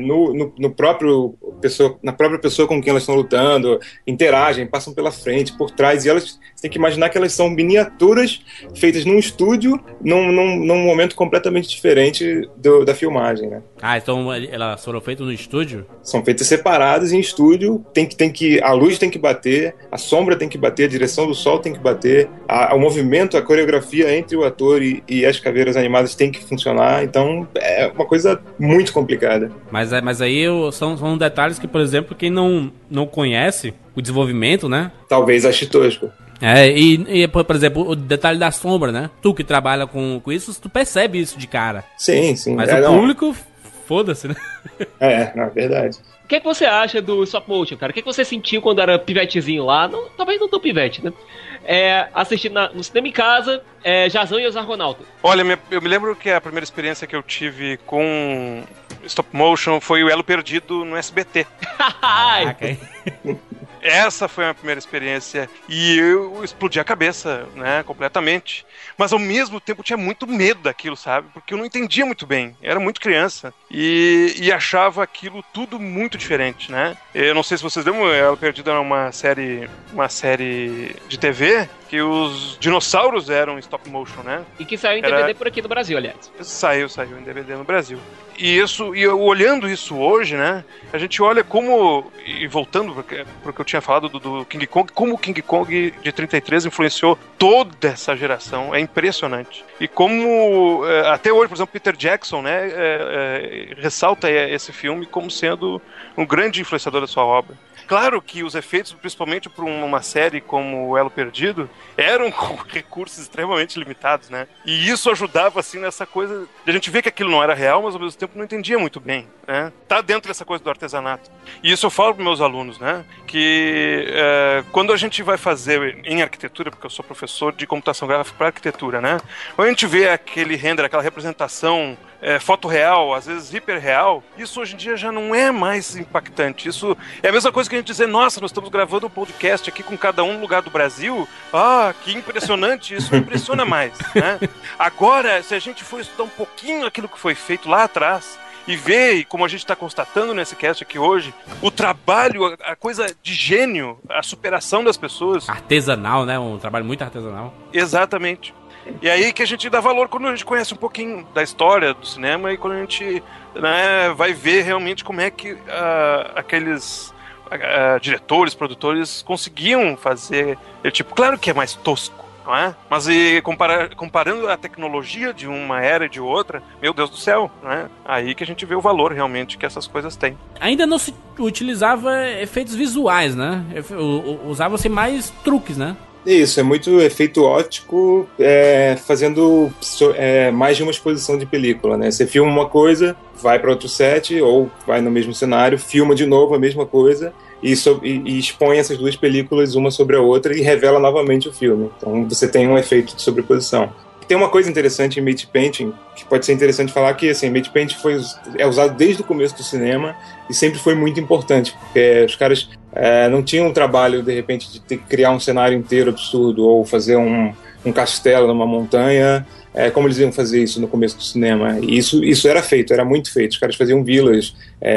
na própria pessoa com quem elas estão lutando, interagem, passam pela frente, por trás, e você tem que imaginar que elas são miniaturas feitas num estúdio, num momento completamente diferente da filmagem, né? Então elas foram feitas no estúdio? São feitas separadas em estúdio, a luz tem que bater, a sombra tem que bater, a direção do sol tem que bater, o movimento, a coreografia entre o ator e as caveiras animadas tem que funcionar, então é uma coisa muito complicada. Mas aí são detalhes que, por exemplo, quem não conhece o desenvolvimento, né? Talvez ache tosco. Por exemplo, o detalhe da sombra, né? Tu que trabalha com isso, tu percebe isso de cara. Sim. Mas o público, foda-se, né? Não é verdade. O que você acha do stop motion, cara? O que você sentiu quando era pivetezinho lá? Talvez não tão pivete, né? assistindo no cinema em casa, Jazão e os Argonautas. Olha, eu me lembro que a primeira experiência que eu tive com stop motion foi o Elo Perdido no SBT. Essa foi a minha primeira experiência e eu explodi a cabeça, né, completamente. Mas ao mesmo tempo eu tinha muito medo daquilo, sabe? Porque eu não entendia muito bem, era muito criança e achava aquilo tudo muito diferente, né? Eu não sei se vocês viram, Ela Perdida era uma série de TV que os dinossauros eram stop motion, né? E que saiu em DVD por aqui no Brasil, aliás. Saiu em DVD no Brasil. E eu olhando isso hoje, né? A gente olha como, e voltando pro que eu tinha falado do King Kong, como o King Kong de 33 influenciou toda essa geração, é impressionante. E como, até hoje, por exemplo, Peter Jackson, né? Ressalta esse filme como sendo um grande influenciador da sua obra. Claro que os efeitos, principalmente para uma série como O Elo Perdido, eram com recursos extremamente limitados, né? E isso ajudava, assim, nessa coisa de a gente ver que aquilo não era real, mas ao mesmo tempo não entendia muito bem, né? Tá dentro dessa coisa do artesanato. E isso eu falo para meus alunos, né? Que quando a gente vai fazer em arquitetura, porque eu sou professor de computação gráfica para arquitetura, né? Quando a gente vê aquele render, aquela representação fotorreal, às vezes hiperreal, isso hoje em dia já não é mais impactante. Isso é a mesma coisa que a gente dizer, nossa, nós estamos gravando um podcast aqui com cada um no lugar do Brasil. Ah, que impressionante, isso não impressiona mais, né? Agora, se a gente for estudar um pouquinho aquilo que foi feito lá atrás e ver, como a gente está constatando nesse cast aqui hoje, o trabalho, a coisa de gênio, a superação das pessoas. Artesanal, né? Um trabalho muito artesanal. Exatamente. E aí que a gente dá valor quando a gente conhece um pouquinho da história do cinema e quando a gente, né, vai ver realmente como é que aqueles diretores, produtores conseguiam fazer. Tipo, claro que é mais tosco, não é? Mas comparando a tecnologia de uma era e de outra, meu Deus do céu, né? Aí que a gente vê o valor realmente que essas coisas têm. Ainda não se utilizava efeitos visuais, né? Usava-se mais truques, né? Isso, é muito efeito óptico, fazendo mais de uma exposição de película, né? Você filma uma coisa, vai para outro set, ou vai no mesmo cenário, filma de novo a mesma coisa e expõe essas duas películas uma sobre a outra e revela novamente o filme. Então você tem um efeito de sobreposição. Tem uma coisa interessante em Matte Painting, que pode ser interessante falar, que assim, Matte Painting é usado desde o começo do cinema e sempre foi muito importante, porque os caras não tinham o trabalho, de repente, de ter que criar um cenário inteiro absurdo ou fazer um castelo numa montanha, como eles iam fazer isso no começo do cinema. E isso era feito, era muito feito. Os caras faziam vilas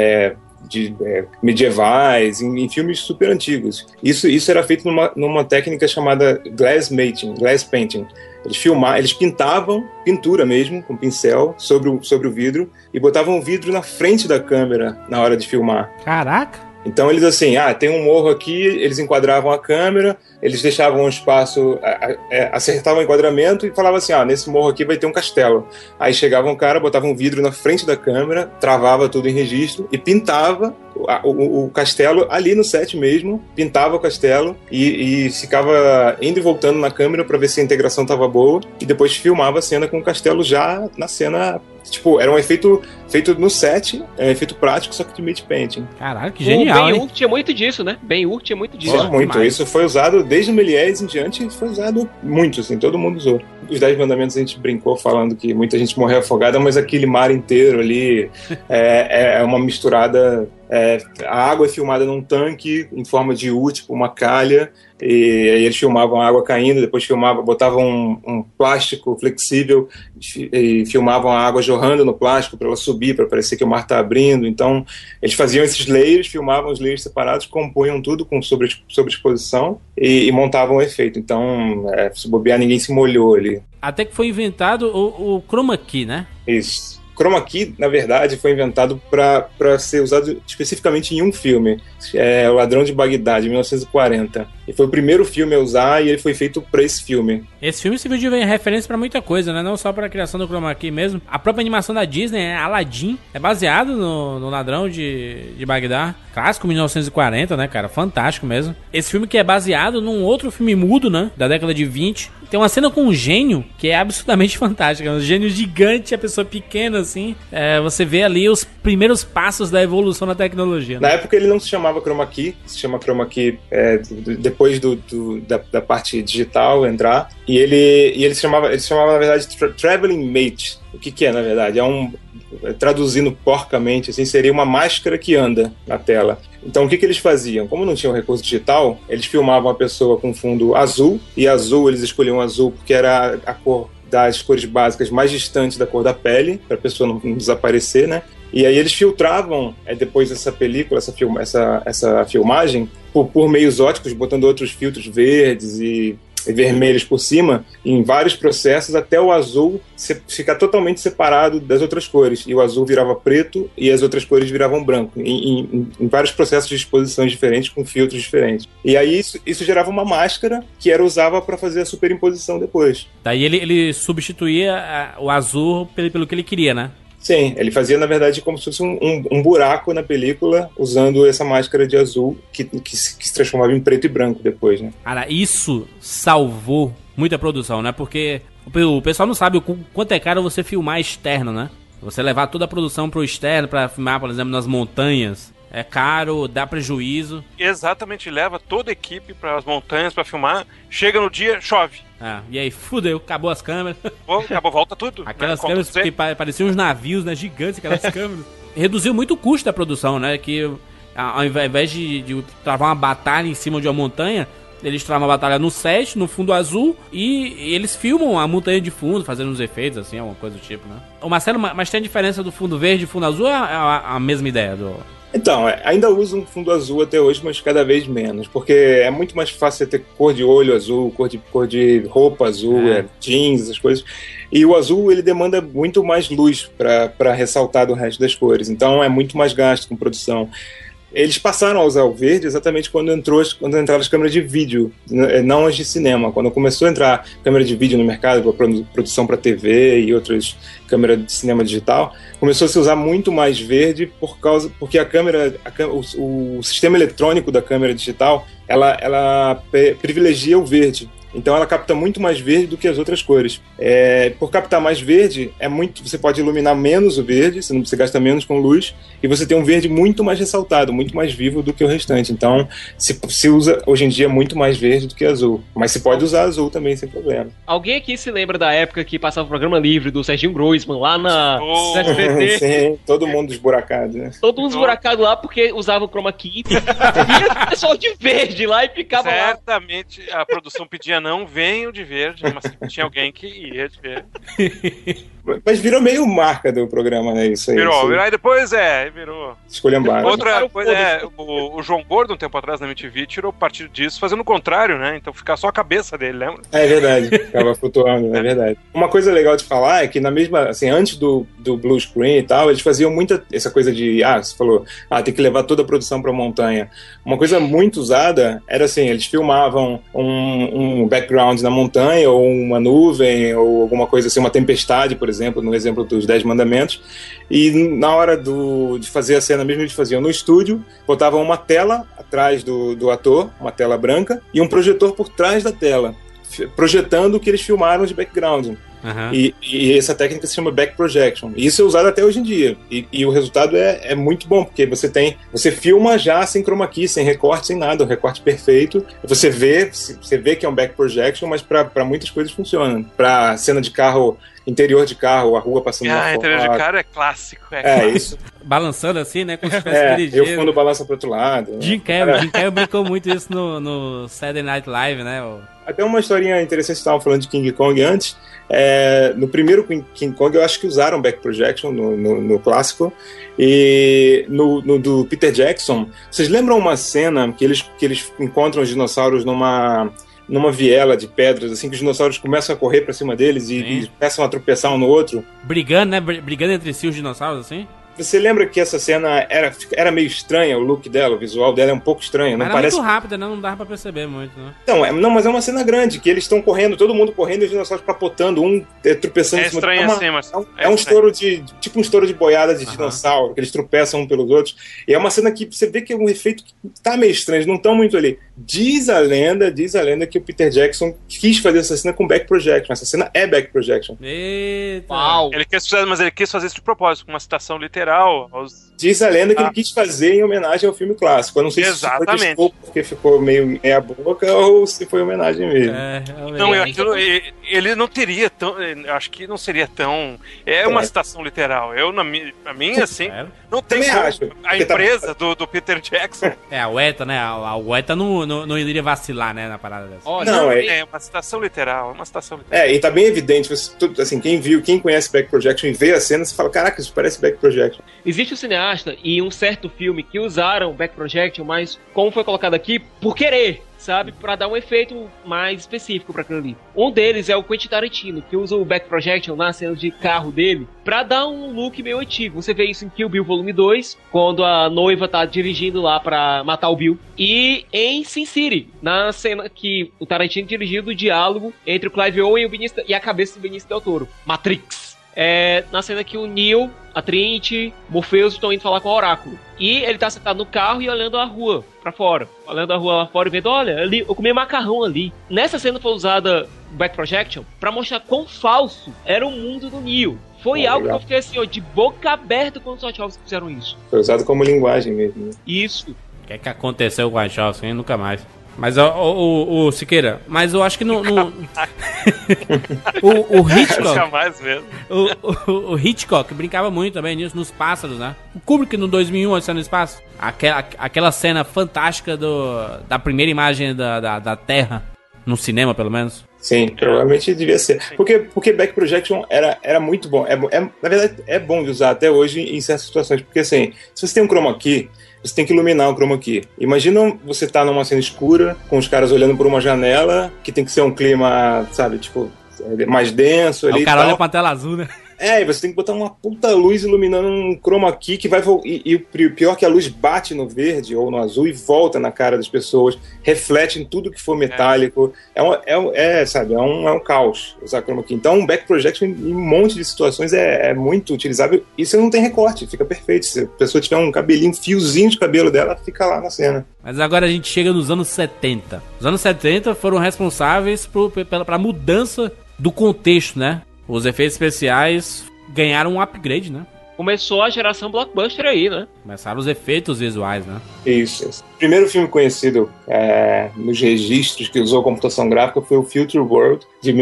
medievais, em filmes super antigos. Isso era feito numa técnica chamada glass painting. Eles pintavam pintura mesmo, com pincel, sobre o vidro, e botavam o vidro na frente da câmera na hora de filmar. Caraca! Então eles assim, tem um morro aqui, eles enquadravam a câmera, eles deixavam um espaço, acertavam o enquadramento e falavam assim, nesse morro aqui vai ter um castelo. Aí chegava um cara, botava um vidro na frente da câmera, travava tudo em registro e pintava o castelo ali no set mesmo, pintava o castelo e ficava indo e voltando na câmera para ver se a integração estava boa e depois filmava a cena com o castelo já na cena. Tipo, era um efeito feito no set, efeito prático, só que de Matte Painting. Caralho, que genial, hein? O Ben-Hur tinha muito disso, né? Ben-Hur tinha muito disso. Muito. Demais. Isso foi usado desde o Méliès em diante, foi usado muito, assim, todo mundo usou. Os 10 Mandamentos a gente brincou falando que muita gente morreu afogada, mas aquele mar inteiro ali é uma misturada. A água é filmada num tanque em forma de U, tipo uma calha, e aí eles filmavam a água caindo, depois botavam um plástico flexível e filmavam a água jorrando no plástico para ela subir, para parecer que o mar está abrindo. Então eles faziam esses layers, filmavam os layers separados, compunham tudo com sobreexposição e montavam o efeito. Então, se bobear, ninguém se molhou ali. Até que foi inventado o chroma key, né? Isso. Chroma key, na verdade, foi inventado para ser usado especificamente em um filme, O Ladrão de Bagdá, de 1940. E foi o primeiro filme a usar e ele foi feito para esse filme. Esse filme serviu de referência para muita coisa, né? Não só para a criação do chroma key mesmo. A própria animação da Disney, Aladdin, é baseado no Ladrão de Bagdá. Clássico, 1940, né, cara? Fantástico mesmo. Esse filme que é baseado num outro filme mudo, né? Da década de 20. Tem uma cena com um gênio que é absolutamente fantástica. Um gênio gigante, a pessoa pequena, assim. Você vê ali primeiros passos da evolução da tecnologia. Na Né? época ele não se chamava Chroma Key, se chama Chroma Key depois da parte digital entrar, e ele se chamava na verdade Traveling Mate. O que é, na verdade? Traduzindo porcamente, assim, seria uma máscara que anda na tela. Então, o que eles faziam? Como não tinham recurso digital, eles filmavam a pessoa com fundo azul, e azul, eles escolhiam azul porque era a cor das cores básicas mais distante da cor da pele, para a pessoa não desaparecer, né? E aí eles filtravam, depois dessa película, essa filmagem, por meios óticos, botando outros filtros verdes e vermelhos por cima, em vários processos, até o azul ficar totalmente separado das outras cores. E o azul virava preto e as outras cores viravam branco, em vários processos de exposições diferentes, com filtros diferentes. E aí isso gerava uma máscara que era usada para fazer a superimposição depois. Daí ele substituía o azul pelo que ele queria, né? Sim, ele fazia, na verdade, como se fosse um buraco na película, usando essa máscara de azul, que se transformava em preto e branco depois, né? Cara, isso salvou muita produção, né? Porque o pessoal não sabe o quanto é caro você filmar externo, né? Você levar toda a produção pro externo pra filmar, por exemplo, nas montanhas. É caro, dá prejuízo. Exatamente, leva toda a equipe para as montanhas para filmar. Chega no dia, chove. E aí, fudeu, acabou as câmeras. Acabou, volta tudo. Aquelas câmeras que pareciam uns navios, né? Gigantes, aquelas câmeras. Reduziu muito o custo da produção, né? Que ao invés de travar uma batalha em cima de uma montanha, eles travam uma batalha no set, no fundo azul, e eles filmam a montanha de fundo, fazendo uns efeitos, assim, alguma coisa do tipo, né? Ô Marcelo, mas tem a diferença do fundo verde e fundo azul, é a mesma ideia do... Então, ainda uso um fundo azul até hoje, mas cada vez menos, porque é muito mais fácil você ter cor de olho azul, cor de roupa azul, jeans, essas coisas. E o azul, ele demanda muito mais luz para ressaltar do resto das cores, então é muito mais gasto com produção. Eles passaram a usar o verde exatamente quando entraram as câmeras de vídeo, não as de cinema. Quando começou a entrar câmera de vídeo no mercado, para produção para TV e outras câmeras de cinema digital, começou a se usar muito mais verde porque o sistema eletrônico da câmera digital, ela privilegia o verde. Então ela capta muito mais verde do que as outras cores. Por captar mais verde, você pode iluminar menos o verde, você gasta menos com luz, e você tem um verde muito mais ressaltado, muito mais vivo do que o restante. Então se usa hoje em dia muito mais verde do que azul. Mas se pode usar azul também sem problema. Alguém aqui se lembra da época que passava o programa livre do Serginho Groisman lá na SBT? Sim, todo mundo esburacado, né? Todo mundo esburacado lá porque usava o chroma key. E o pessoal de verde lá e ficava lá. Certamente a produção pedia não venham de verde, mas tinha alguém que ia de verde. Mas virou meio marca do programa, né? Isso aí. Virou. Aí depois virou. Escolhambaram. Outra coisa o João Gordo, um tempo atrás na MTV, tirou partido disso, fazendo o contrário, né? Então ficar só a cabeça dele, lembra? É verdade, ficava flutuando, é verdade. Uma coisa legal de falar é que na mesma, assim, antes do blue screen e tal, eles faziam muita essa coisa de, você falou, tem que levar toda a produção pra montanha. Uma coisa muito usada era assim, eles filmavam um background na montanha, ou uma nuvem, ou alguma coisa assim, uma tempestade, por exemplo, no exemplo dos 10 mandamentos, e na hora de fazer a cena mesmo, eles faziam no estúdio, botavam uma tela atrás do ator, uma tela branca, e um projetor por trás da tela, projetando o que eles filmaram de background. Uhum. E essa técnica se chama back projection. E isso é usado até hoje em dia. E o resultado é muito bom, porque você filma já sem chroma key, sem recorte, sem nada, o recorte perfeito. Você vê que é um back projection, mas para muitas coisas funciona. Para cena de carro, interior de carro, a rua passando na interior de carro é clássico. Isso. Balançando assim, né? Como se fosse dirigindo. E o fundo balança pro outro lado. Jim Carrey brincou muito isso no Saturday Night Live, né? Até uma historinha interessante, estavam falando de King Kong antes. No primeiro King Kong eu acho que usaram back projection no clássico, e no do Peter Jackson, vocês lembram uma cena que eles encontram os dinossauros numa viela de pedras, assim, que os dinossauros começam a correr pra cima deles e começam a tropeçar um no outro? Brigando, né? Brigando entre si os dinossauros, assim? Você lembra que essa cena era meio estranha, o look dela, o visual dela é um pouco estranho, não era parece? Muito rápida, né? Não dava pra perceber muito, né? Então, mas é uma cena grande, que eles estão correndo, todo mundo correndo e os dinossauros capotando, um tropeçando em cima. Estranho assim, mas... É um estouro tipo um estouro de boiada de dinossauro, que eles tropeçam um pelos outros. E é uma cena que você vê que é um efeito que tá meio estranho, eles não estão muito ali. Diz a lenda que o Peter Jackson quis fazer essa cena com back projection. Essa cena é back projection. Eita! Uau! Ele quis fazer isso de propósito, com uma citação literal. literal. Diz a lenda que ele quis fazer em homenagem ao filme clássico. Eu não sei se foi desculpa porque ficou meio meia boca ou se foi homenagem mesmo. Não, ele não teria tão... Eu acho que não seria tão... É uma citação literal. Na minha, assim, não tem como. A empresa do Peter Jackson... A UETA, né? A UETA não iria vacilar, né, na parada dessa. É uma citação literal. E tá bem evidente. Assim, quem conhece Back Projection e vê a cena, você fala, caraca, isso parece Back Projection. Existe um cineasta e um certo filme que usaram Back Projection, mas como foi colocado aqui, por querer, sabe? Pra dar um efeito mais específico pra aquilo ali. Um deles é o Quentin Tarantino, que usa o Back Projection nas cenas de carro dele pra dar um look meio antigo. Você vê isso em Kill Bill Volume 2, quando a noiva tá dirigindo lá pra matar o Bill. E em Sin City, na cena que o Tarantino dirigiu do diálogo entre o Clive Owen e a cabeça do Benício Del Toro. Matrix. Na cena que o Neo, a Trinity, Morpheus estão indo falar com o Oráculo. E ele tá sentado no carro e olhando a rua pra fora. Olhando a rua lá fora e vendo, olha, ali, eu comi macarrão ali. Nessa cena foi usada Back Projection pra mostrar quão falso era o mundo do Neo. Foi algo que eu fiquei assim, de boca aberta quando os Wachowski fizeram isso. Foi usado como linguagem mesmo. Né? Isso. O que aconteceu com o Wachowski? Nunca mais. Mas o Siqueira, mas eu acho que o Hitchcock. Jamais mesmo. O Hitchcock brincava muito também nisso, nos pássaros, né? O Kubrick no 2001, Odisseia no Espaço. Aquela cena fantástica da primeira imagem da Terra, no cinema pelo menos. Sim, provavelmente devia ser. Porque Back Projection era muito bom. Na verdade, é bom de usar até hoje em certas situações. Porque assim, se você tem um chroma key, você tem que iluminar o chroma key. Imagina você tá numa cena escura, com os caras olhando por uma janela, que tem que ser um clima, sabe, tipo, mais denso ali. O cara olha pra tela azul, né? E você tem que botar uma puta luz iluminando um chroma key que vai... E o pior é que a luz bate no verde ou no azul e volta na cara das pessoas, reflete em tudo que for metálico. Sabe, é um caos usar chroma key. Então, Back Projection em um monte de situações é muito utilizável e você não tem recorte, fica perfeito. Se a pessoa tiver um cabelinho, fiozinho de cabelo dela, fica lá na cena. Mas agora a gente chega nos anos 70. Os anos 70 foram responsáveis pela mudança do contexto, né? Os efeitos especiais ganharam um upgrade, né? Começou a geração blockbuster aí, né? Começaram os efeitos visuais, né? Isso. O primeiro filme conhecido nos registros que usou computação gráfica foi o Future World, de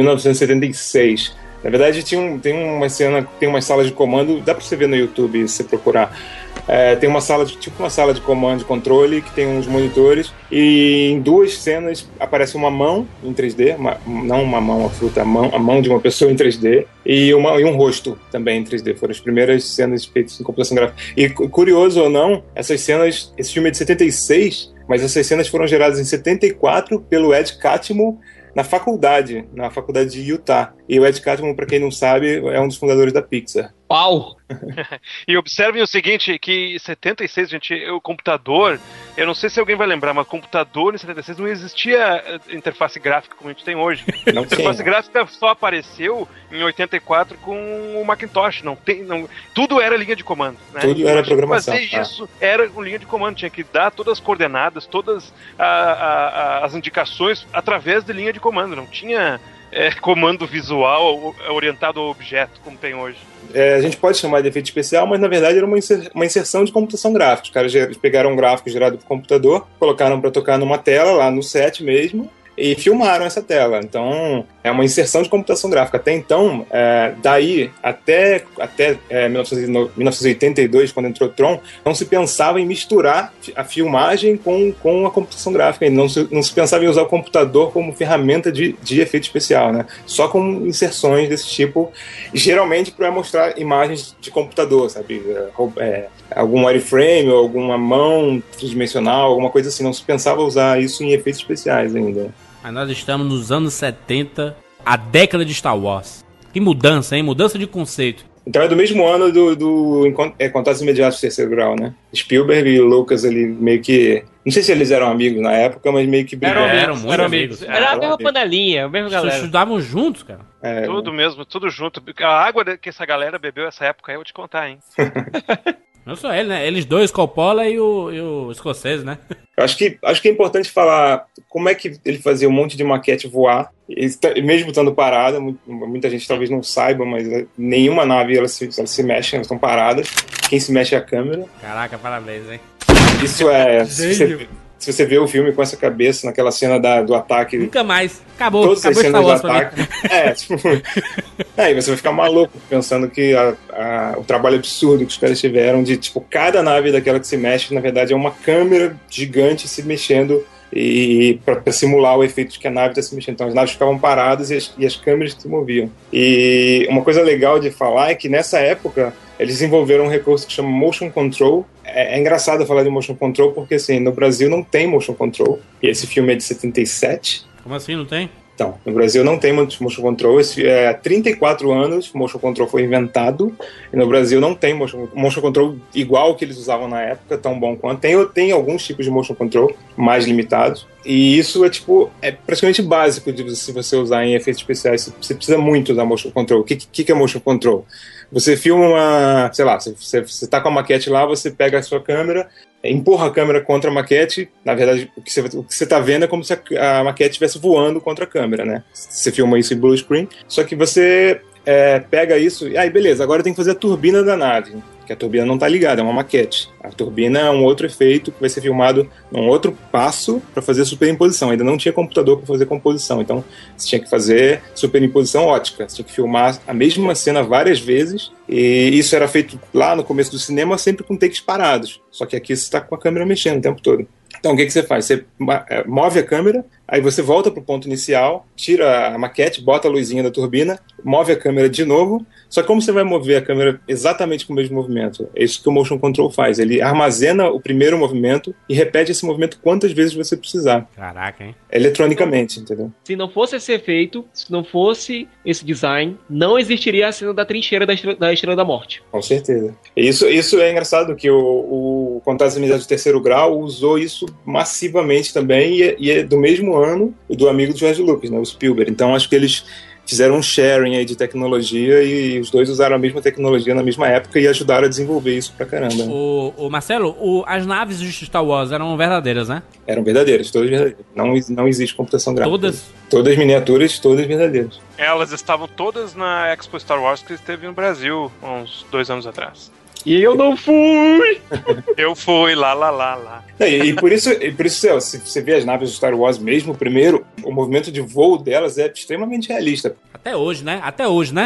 1976. Na verdade, tem uma sala de comando, dá pra você ver no YouTube se você procurar. Tem uma sala de comando e controle que tem uns monitores e em duas cenas aparece uma mão em 3D, não uma mão, a fruta, a mão de uma pessoa em 3D e um rosto também em 3D. Foram as primeiras cenas feitas em computação gráfica. E curioso ou não, esse filme é de 76, mas essas cenas foram geradas em 74 pelo Ed Catmull na faculdade de Utah. E o Ed Catmull, para quem não sabe, é um dos fundadores da Pixar. Uau! E observem o seguinte, que em 76, gente, o computador, eu não sei se alguém vai lembrar, mas o computador em 76 não existia interface gráfica como a gente tem hoje. A interface gráfica só apareceu em 84 com o Macintosh. Tudo era linha de comando. Né? Tudo era programação. Fazer isso era com linha de comando, tinha que dar todas as coordenadas, todas as indicações através de linha de comando, não tinha... comando visual orientado ao objeto, como tem hoje. A gente pode chamar de efeito especial, mas na verdade era uma inserção de computação gráfica. Os caras pegaram um gráfico gerado por computador, colocaram para tocar numa tela lá no set mesmo e filmaram essa tela. Então é uma inserção de computação gráfica. Até então, daí até 1982, quando entrou o Tron, não se pensava em misturar a filmagem com a computação gráfica. E não se pensava em usar o computador como ferramenta de efeito especial, né? Só com inserções desse tipo, geralmente para mostrar imagens de computador, sabe? Algum wireframe ou alguma mão tridimensional, alguma coisa assim. Não se pensava usar isso em efeitos especiais ainda. Mas nós estamos nos anos 70, a década de Star Wars. Que mudança, hein? Mudança de conceito. Então é do mesmo ano do Contatos Imediatos do Terceiro Grau, né? Spielberg e Lucas ali meio que... Não sei se eles eram amigos na época, mas meio que eram muito amigos. Era a mesma panelinha, a mesma galera. Estudavam juntos, cara. Tudo junto. A água que essa galera bebeu essa época aí, eu vou te contar, hein? Não só ele, né? Eles dois, Coppola e o escocês, né? Eu acho que é importante falar como é que ele fazia um monte de maquete voar, mesmo estando parada. Muita gente talvez não saiba, mas nenhuma nave ela se mexe, elas estão paradas. Quem se mexe é a câmera. Caraca, parabéns, hein? Isso é... Se você vê o filme com essa cabeça, naquela cena do ataque... Nunca mais. Acabou. Todas as cenas do ataque. Tipo... Aí você vai ficar maluco pensando que o trabalho absurdo que os caras tiveram de, tipo, cada nave daquela que se mexe, na verdade, é uma câmera gigante se mexendo e para simular o efeito de que a nave está se mexendo. Então as naves ficavam paradas e as câmeras se moviam. E uma coisa legal de falar é que nessa época eles desenvolveram um recurso que chama Motion Control. É engraçado falar de Motion Control porque, assim, no Brasil não tem Motion Control. E esse filme é de 77. Como assim, não tem? Então, no Brasil não tem Motion Control. Há 34 anos Motion Control foi inventado. E no Brasil não tem Motion Control igual que eles usavam na época, tão bom quanto. Tem alguns tipos de Motion Control mais limitados. E isso é praticamente básico se você usar em efeitos especiais. Você precisa muito usar Motion Control. O que é Motion Control? Você filma sei lá, você tá com a maquete lá, você pega a sua câmera, empurra a câmera contra a maquete. Na verdade, o que você tá vendo é como se a maquete estivesse voando contra a câmera, né? Você filma isso em blue screen, só que você pega isso e aí beleza, agora tem que fazer a turbina da nave, que a turbina não tá ligada, é uma maquete. A turbina é um outro efeito que vai ser filmado num outro passo para fazer superimposição. Ainda não tinha computador para fazer composição, então você tinha que fazer superimposição ótica. Você tinha que filmar a mesma cena várias vezes, e isso era feito lá no começo do cinema sempre com takes parados. Só que aqui você está com a câmera mexendo o tempo todo. Então o que você faz? Você move a câmera, aí você volta para o ponto inicial, tira a maquete, bota a luzinha da turbina, move a câmera de novo. Só que como você vai mover a câmera exatamente com o mesmo movimento? É isso que o Motion Control faz. Ele armazena o primeiro movimento e repete esse movimento quantas vezes você precisar. Caraca, hein? Eletronicamente, entendeu? Se não fosse esse efeito, se não fosse esse design, não existiria a cena da trincheira da Estrela da Morte. Com certeza. Isso é engraçado, que o Contatos e Amizades do Terceiro Grau usou isso massivamente também, e é do mesmo ano do amigo do George Lucas, né, o Spielberg. Então acho que eles fizeram um sharing aí de tecnologia e os dois usaram a mesma tecnologia na mesma época e ajudaram a desenvolver isso pra caramba. O Marcelo, as naves de Star Wars eram verdadeiras, né? Eram verdadeiras, todas verdadeiras. Não existe computação gráfica. Todas? Todas miniaturas, todas verdadeiras. Elas estavam todas na Expo Star Wars que esteve no Brasil há uns 2 anos atrás. E eu não fui! Eu fui, lá. E por isso, se você vê as naves do Star Wars mesmo, primeiro, o movimento de voo delas é extremamente realista. Até hoje, né? Até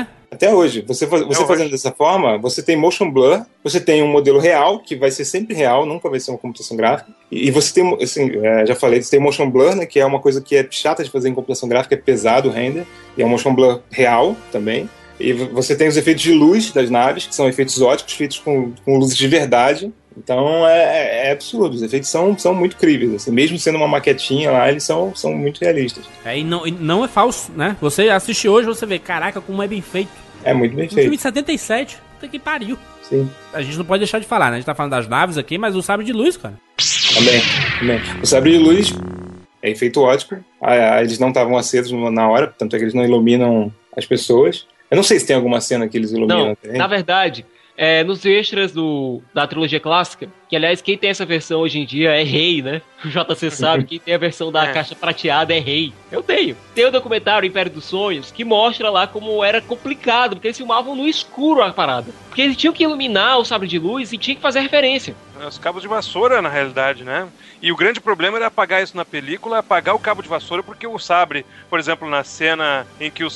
hoje. Você fazendo dessa forma, você tem motion blur, você tem um modelo real, que vai ser sempre real, nunca vai ser uma computação gráfica. E você tem, assim, já falei, você tem motion blur, né, que é uma coisa que é chata de fazer em computação gráfica, é pesado o render, e é um motion blur real também. E você tem os efeitos de luz das naves, que são efeitos óticos, feitos com luzes de verdade. Então é absurdo, os efeitos são muito críveis, assim, mesmo sendo uma maquetinha lá, eles são muito realistas. E não é falso, né? Você assiste hoje, você vê, caraca, como é bem feito. É muito bem feito. Um filme de 77, puta que pariu. Sim. A gente não pode deixar de falar, né? A gente tá falando das naves aqui, mas o sabre de luz, cara. Também. O sabre de luz é efeito ótico, eles não estavam acesos na hora, tanto é que eles não iluminam as pessoas. Eu não sei se tem alguma cena que eles iluminam. Não, na verdade, nos extras da trilogia clássica, que aliás quem tem essa versão hoje em dia é Rei, né? O JC sabe, quem tem a versão da caixa prateada é Rei. Eu tenho. Tem o documentário Império dos Sonhos, que mostra lá como era complicado, porque eles filmavam no escuro a parada. Porque eles tinham que iluminar o sabre de luz e tinham que fazer referência. Os cabos de vassoura, na realidade, né? E o grande problema era apagar isso na película, apagar o cabo de vassoura, porque o sabre, por exemplo, na cena em que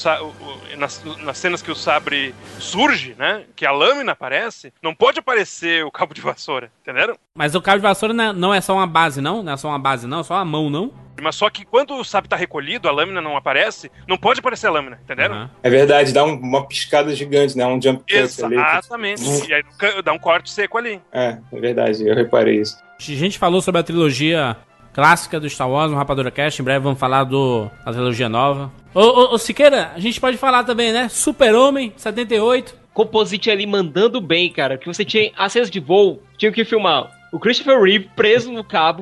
nas cenas que o sabre surge, né? Que a lâmina aparece, não pode aparecer o cabo de vassoura, entenderam? Mas o cabo de vassoura não é só uma base, não? Não é só uma base, não? É só uma mão, não? Mas só que quando o sabre tá recolhido, a lâmina não aparece, não pode aparecer a lâmina, entenderam? Uhum. É verdade, dá uma piscada gigante, né? Um jump cut ali. Exatamente. E aí dá um corte seco ali. É verdade, eu reparei isso. A gente falou sobre a trilogia clássica do Star Wars no Rapadura Cast, em breve vamos falar da trilogia nova. Ô Siqueira, a gente pode falar também, né? Super-Homem, 78. Composite ali mandando bem, cara, que você tinha as cenas de voo, tinha que filmar o Christopher Reeve preso no cabo.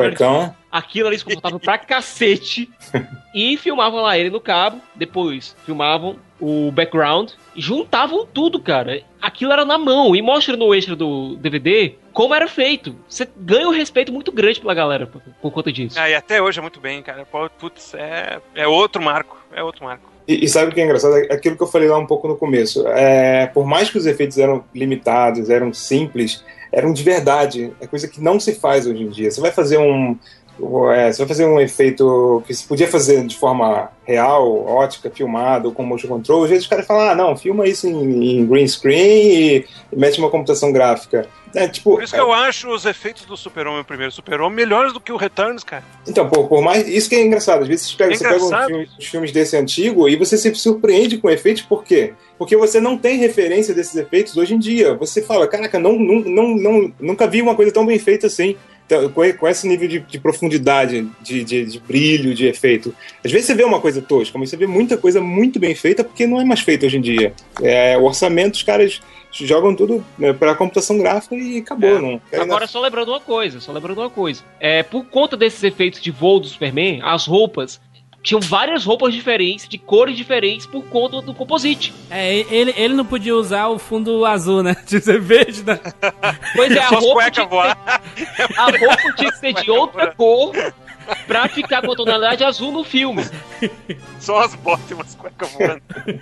Aquilo ali se comportava pra cacete. E filmavam lá ele no cabo, depois filmavam o background, juntavam tudo, cara. Aquilo era na mão, e mostra no extra do DVD como era feito. Você ganha um respeito muito grande pela galera por conta disso. E até hoje é muito bem, cara. Putz, é outro marco, E sabe o que é engraçado? Aquilo que eu falei lá um pouco no começo. Por mais que os efeitos eram limitados, eram simples, eram de verdade. É coisa que não se faz hoje em dia. Você vai fazer um efeito que se podia fazer de forma real, ótica, filmado, com motion control, às vezes os caras falam, não, filma isso em green screen e mete uma computação gráfica. Por isso que eu acho os efeitos do Super-Homem, o primeiro Super-Homem, melhores do que o Returns, cara. Então, por mais... Isso que é engraçado. Às vezes você pega uns filmes desse antigo e você se surpreende com efeitos, por quê? Porque você não tem referência desses efeitos hoje em dia. Você fala, caraca, nunca vi uma coisa tão bem feita assim. Então, com esse nível de profundidade, de brilho, de efeito. Às vezes você vê uma coisa tosca, mas você vê muita coisa muito bem feita porque não é mais feita hoje em dia. O orçamento, os caras jogam tudo para computação gráfica e acabou. Não Agora, só lembrando uma coisa. Por conta desses efeitos de voo do Superman, as roupas tinham várias roupas diferentes, de cores diferentes, por conta do composite. Ele não podia usar o fundo azul, né? Tinha que ser verde, né? Pois é, a roupa tinha que ser de outra cor pra ficar com a tonalidade azul no filme. Só as botas e umas cuecas voando.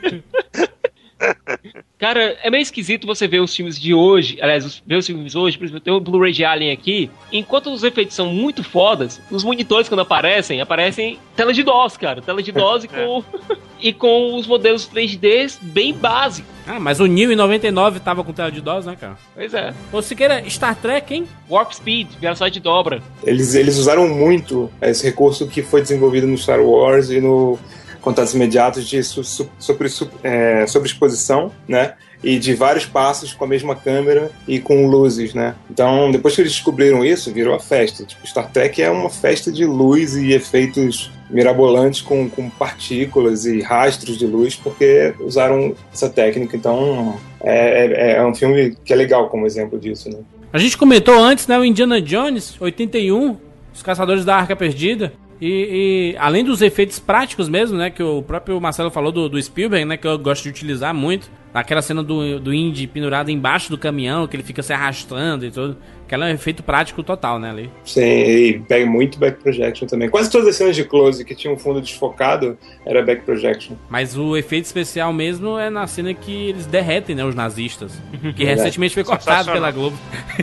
Cara, é meio esquisito você ver os filmes de hoje. Aliás, ver os filmes hoje, por exemplo, tem o Blu-ray de Alien aqui. Enquanto os efeitos são muito fodas, os monitores, quando aparecem tela de DOS, cara. Tela de DOS e com os modelos 3D bem básicos. Mas o Neo em 99 tava com tela de DOS, né, cara? Pois é. Ô, Siqueira, Star Trek, hein? Warp Speed, velocidade de dobra. Eles usaram muito esse recurso que foi desenvolvido no Star Wars e no Contatos Imediatos de sobreexposição, né? E de vários passos com a mesma câmera e com luzes, né? Então, depois que eles descobriram isso, virou a festa. Star Trek é uma festa de luz e efeitos mirabolantes com partículas e rastros de luz, porque usaram essa técnica. Então, é um filme que é legal como exemplo disso, né? A gente comentou antes, né, o Indiana Jones, 81, Os Caçadores da Arca Perdida. E além dos efeitos práticos mesmo, né, que o próprio Marcelo falou do Spielberg, né, que eu gosto de utilizar muito, aquela cena do Indy pendurado embaixo do caminhão, que ele fica se arrastando e tudo, aquela é um efeito prático total, né, ali. Sim, e pega muito back projection também. Quase todas as cenas de close que tinham um fundo desfocado era back projection. Mas o efeito especial mesmo é na cena que eles derretem, né, os nazistas, que recentemente foi cortado pela Globo.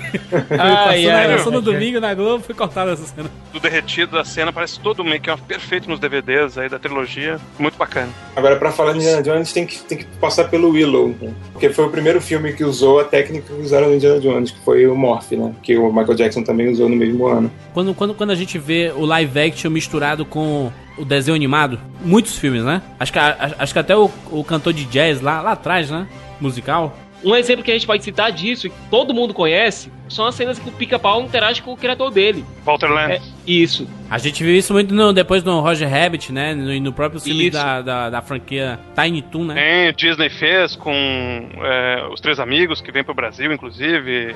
Passou no domingo na Globo, foi cortada essa cena. Do derretido da cena, parece todo meio que perfeito nos DVDs aí da trilogia, muito bacana. Agora, pra falar de Indiana Jones, tem que passar pelo Willow, né? Porque foi o primeiro filme que usou a técnica que usaram no Indiana Jones, que foi o Morph, né? Que o Michael Jackson também usou no mesmo ano. Quando a gente vê o live action misturado com o desenho animado, muitos filmes, né? Acho que até o cantor de jazz lá atrás, né? Musical. Um exemplo que a gente pode citar disso, que todo mundo conhece, são as cenas que o Pica-Pau interage com o criador dele. Walter Lantz. Isso. A gente viu isso muito depois no Roger Rabbit, né? No próprio filme da franquia Tiny Toon, né? Disney fez com os Três Amigos, que vem pro Brasil, inclusive.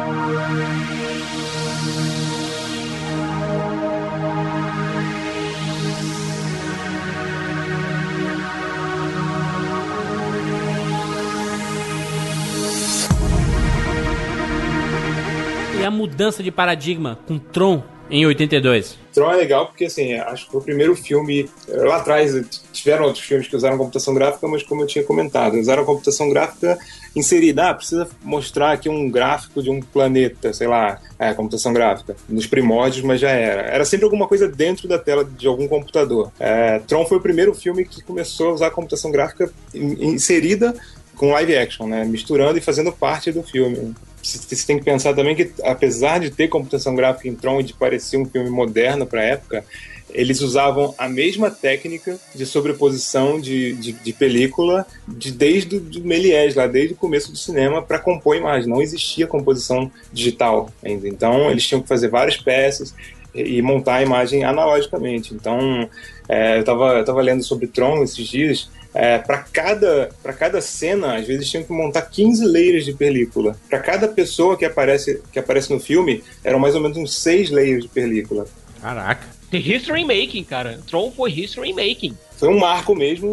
E a mudança de paradigma com Tron em 82. Tron é legal porque, assim, acho que foi o primeiro filme... Lá atrás tiveram outros filmes que usaram computação gráfica, mas como eu tinha comentado, usaram computação gráfica inserida. Precisa mostrar aqui um gráfico de um planeta, sei lá, computação gráfica, nos primórdios, mas já era. Era sempre alguma coisa dentro da tela de algum computador. Tron foi o primeiro filme que começou a usar a computação gráfica inserida com live action, né? Misturando e fazendo parte do filme. Você tem que pensar também que, apesar de ter computação gráfica em Tron e de parecer um filme moderno para a época, eles usavam a mesma técnica de sobreposição de película desde o Méliès, lá desde o começo do cinema, para compor imagem. Não existia composição digital ainda. Então, eles tinham que fazer várias peças e montar a imagem analogicamente. Então, eu tava lendo sobre Tron esses dias. Para cada cena, às vezes tinham que montar 15 layers de película. Para cada pessoa que aparece no filme, eram mais ou menos uns 6 layers de película. Caraca. The history making, cara. Tron foi history making. Foi um marco mesmo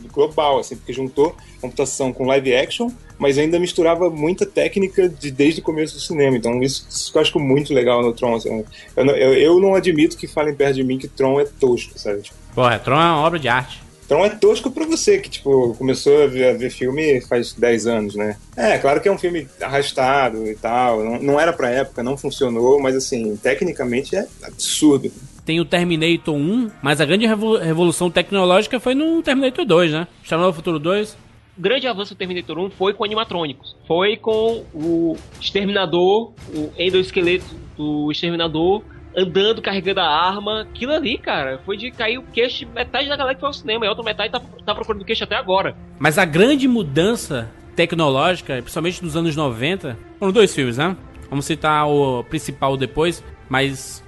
global, assim, porque juntou computação com live action, mas ainda misturava muita técnica desde o começo do cinema. Então isso que eu acho muito legal no Tron. Assim, eu não admito que falem perto de mim que Tron é tosco, sabe? Tipo, porra, Tron é uma obra de arte. Tron é tosco pra você, que tipo, começou a ver filme faz 10 anos, né? Claro que é um filme arrastado e tal, não era pra época, não funcionou, mas assim, tecnicamente é absurdo. Tem o Terminator 1, mas a grande revolução tecnológica foi no Terminator 2, né? Exterminador do Futuro 2. O grande avanço do Terminator 1 foi com animatrônicos. Foi com o Exterminador, o endoesqueleto do Exterminador andando, carregando a arma. Aquilo ali, cara, foi de cair o queixo de metade da galera que foi ao cinema. E a outra metade tá procurando o queixo até agora. Mas a grande mudança tecnológica, principalmente nos anos 90, foram 2 filmes, né? Vamos citar o principal depois, mas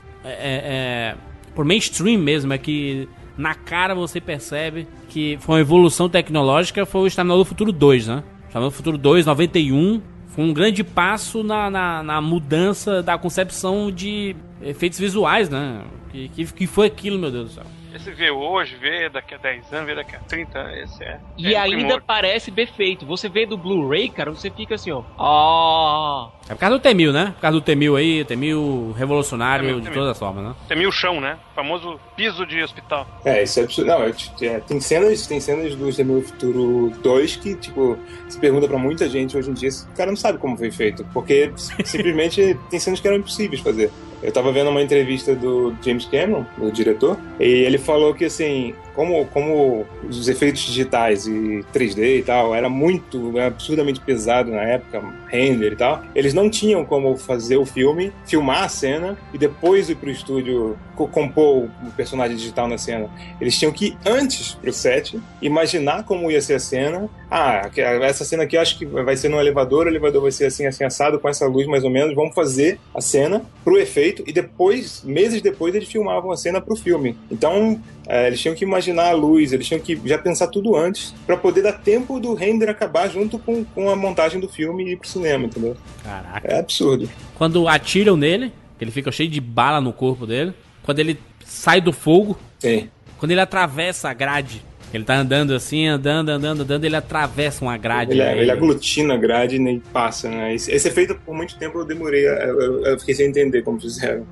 por mainstream mesmo, é que na cara você percebe que foi uma evolução tecnológica, foi o Exterminador do Futuro 2, né? O Exterminador do Futuro 2, 91, foi um grande passo na mudança da concepção de efeitos visuais, né? Que foi aquilo, meu Deus do céu. Esse vê hoje, vê daqui a 10 anos, vê daqui a 30 anos, esse E ainda primor. Parece bem feito. Você vê do Blu-ray, cara, você fica assim, ó. É por causa do T-1000, né? Por causa do T-1000 aí, T-1000 revolucionário de todas as formas, né? T-1000 chão, né? O famoso piso de hospital. Isso é absurdo. Não, tem cenas do Exterminador do Futuro 2 que, tipo, se pergunta pra muita gente hoje em dia, o cara não sabe como foi feito, porque simplesmente tem cenas que eram impossíveis de fazer. Eu tava vendo uma entrevista do James Cameron, do diretor, e ele falou que, assim, como os efeitos digitais e 3D e tal, era absurdamente pesado na época, render e tal, eles não tinham como fazer o filme, filmar a cena e depois ir pro estúdio compor o personagem digital na cena. Eles tinham que ir antes pro set, imaginar como ia ser a cena. Essa cena aqui eu acho que vai ser num elevador, o elevador vai ser assim, assado, com essa luz mais ou menos, vamos fazer a cena pro efeito e depois, meses depois, eles filmavam a cena pro filme. Então, eles tinham que imaginar a luz, eles tinham que já pensar tudo antes pra poder dar tempo do render acabar junto com a montagem do filme e ir pro cinema, entendeu? Caraca. É absurdo. Quando atiram nele, ele fica cheio de bala no corpo dele, quando ele sai do fogo, quando ele atravessa a grade, ele tá andando assim, andando, ele atravessa uma grade. Ele aglutina a grade e nem passa, né? Esse efeito, por muito tempo, eu demorei, eu fiquei sem entender como fizeram.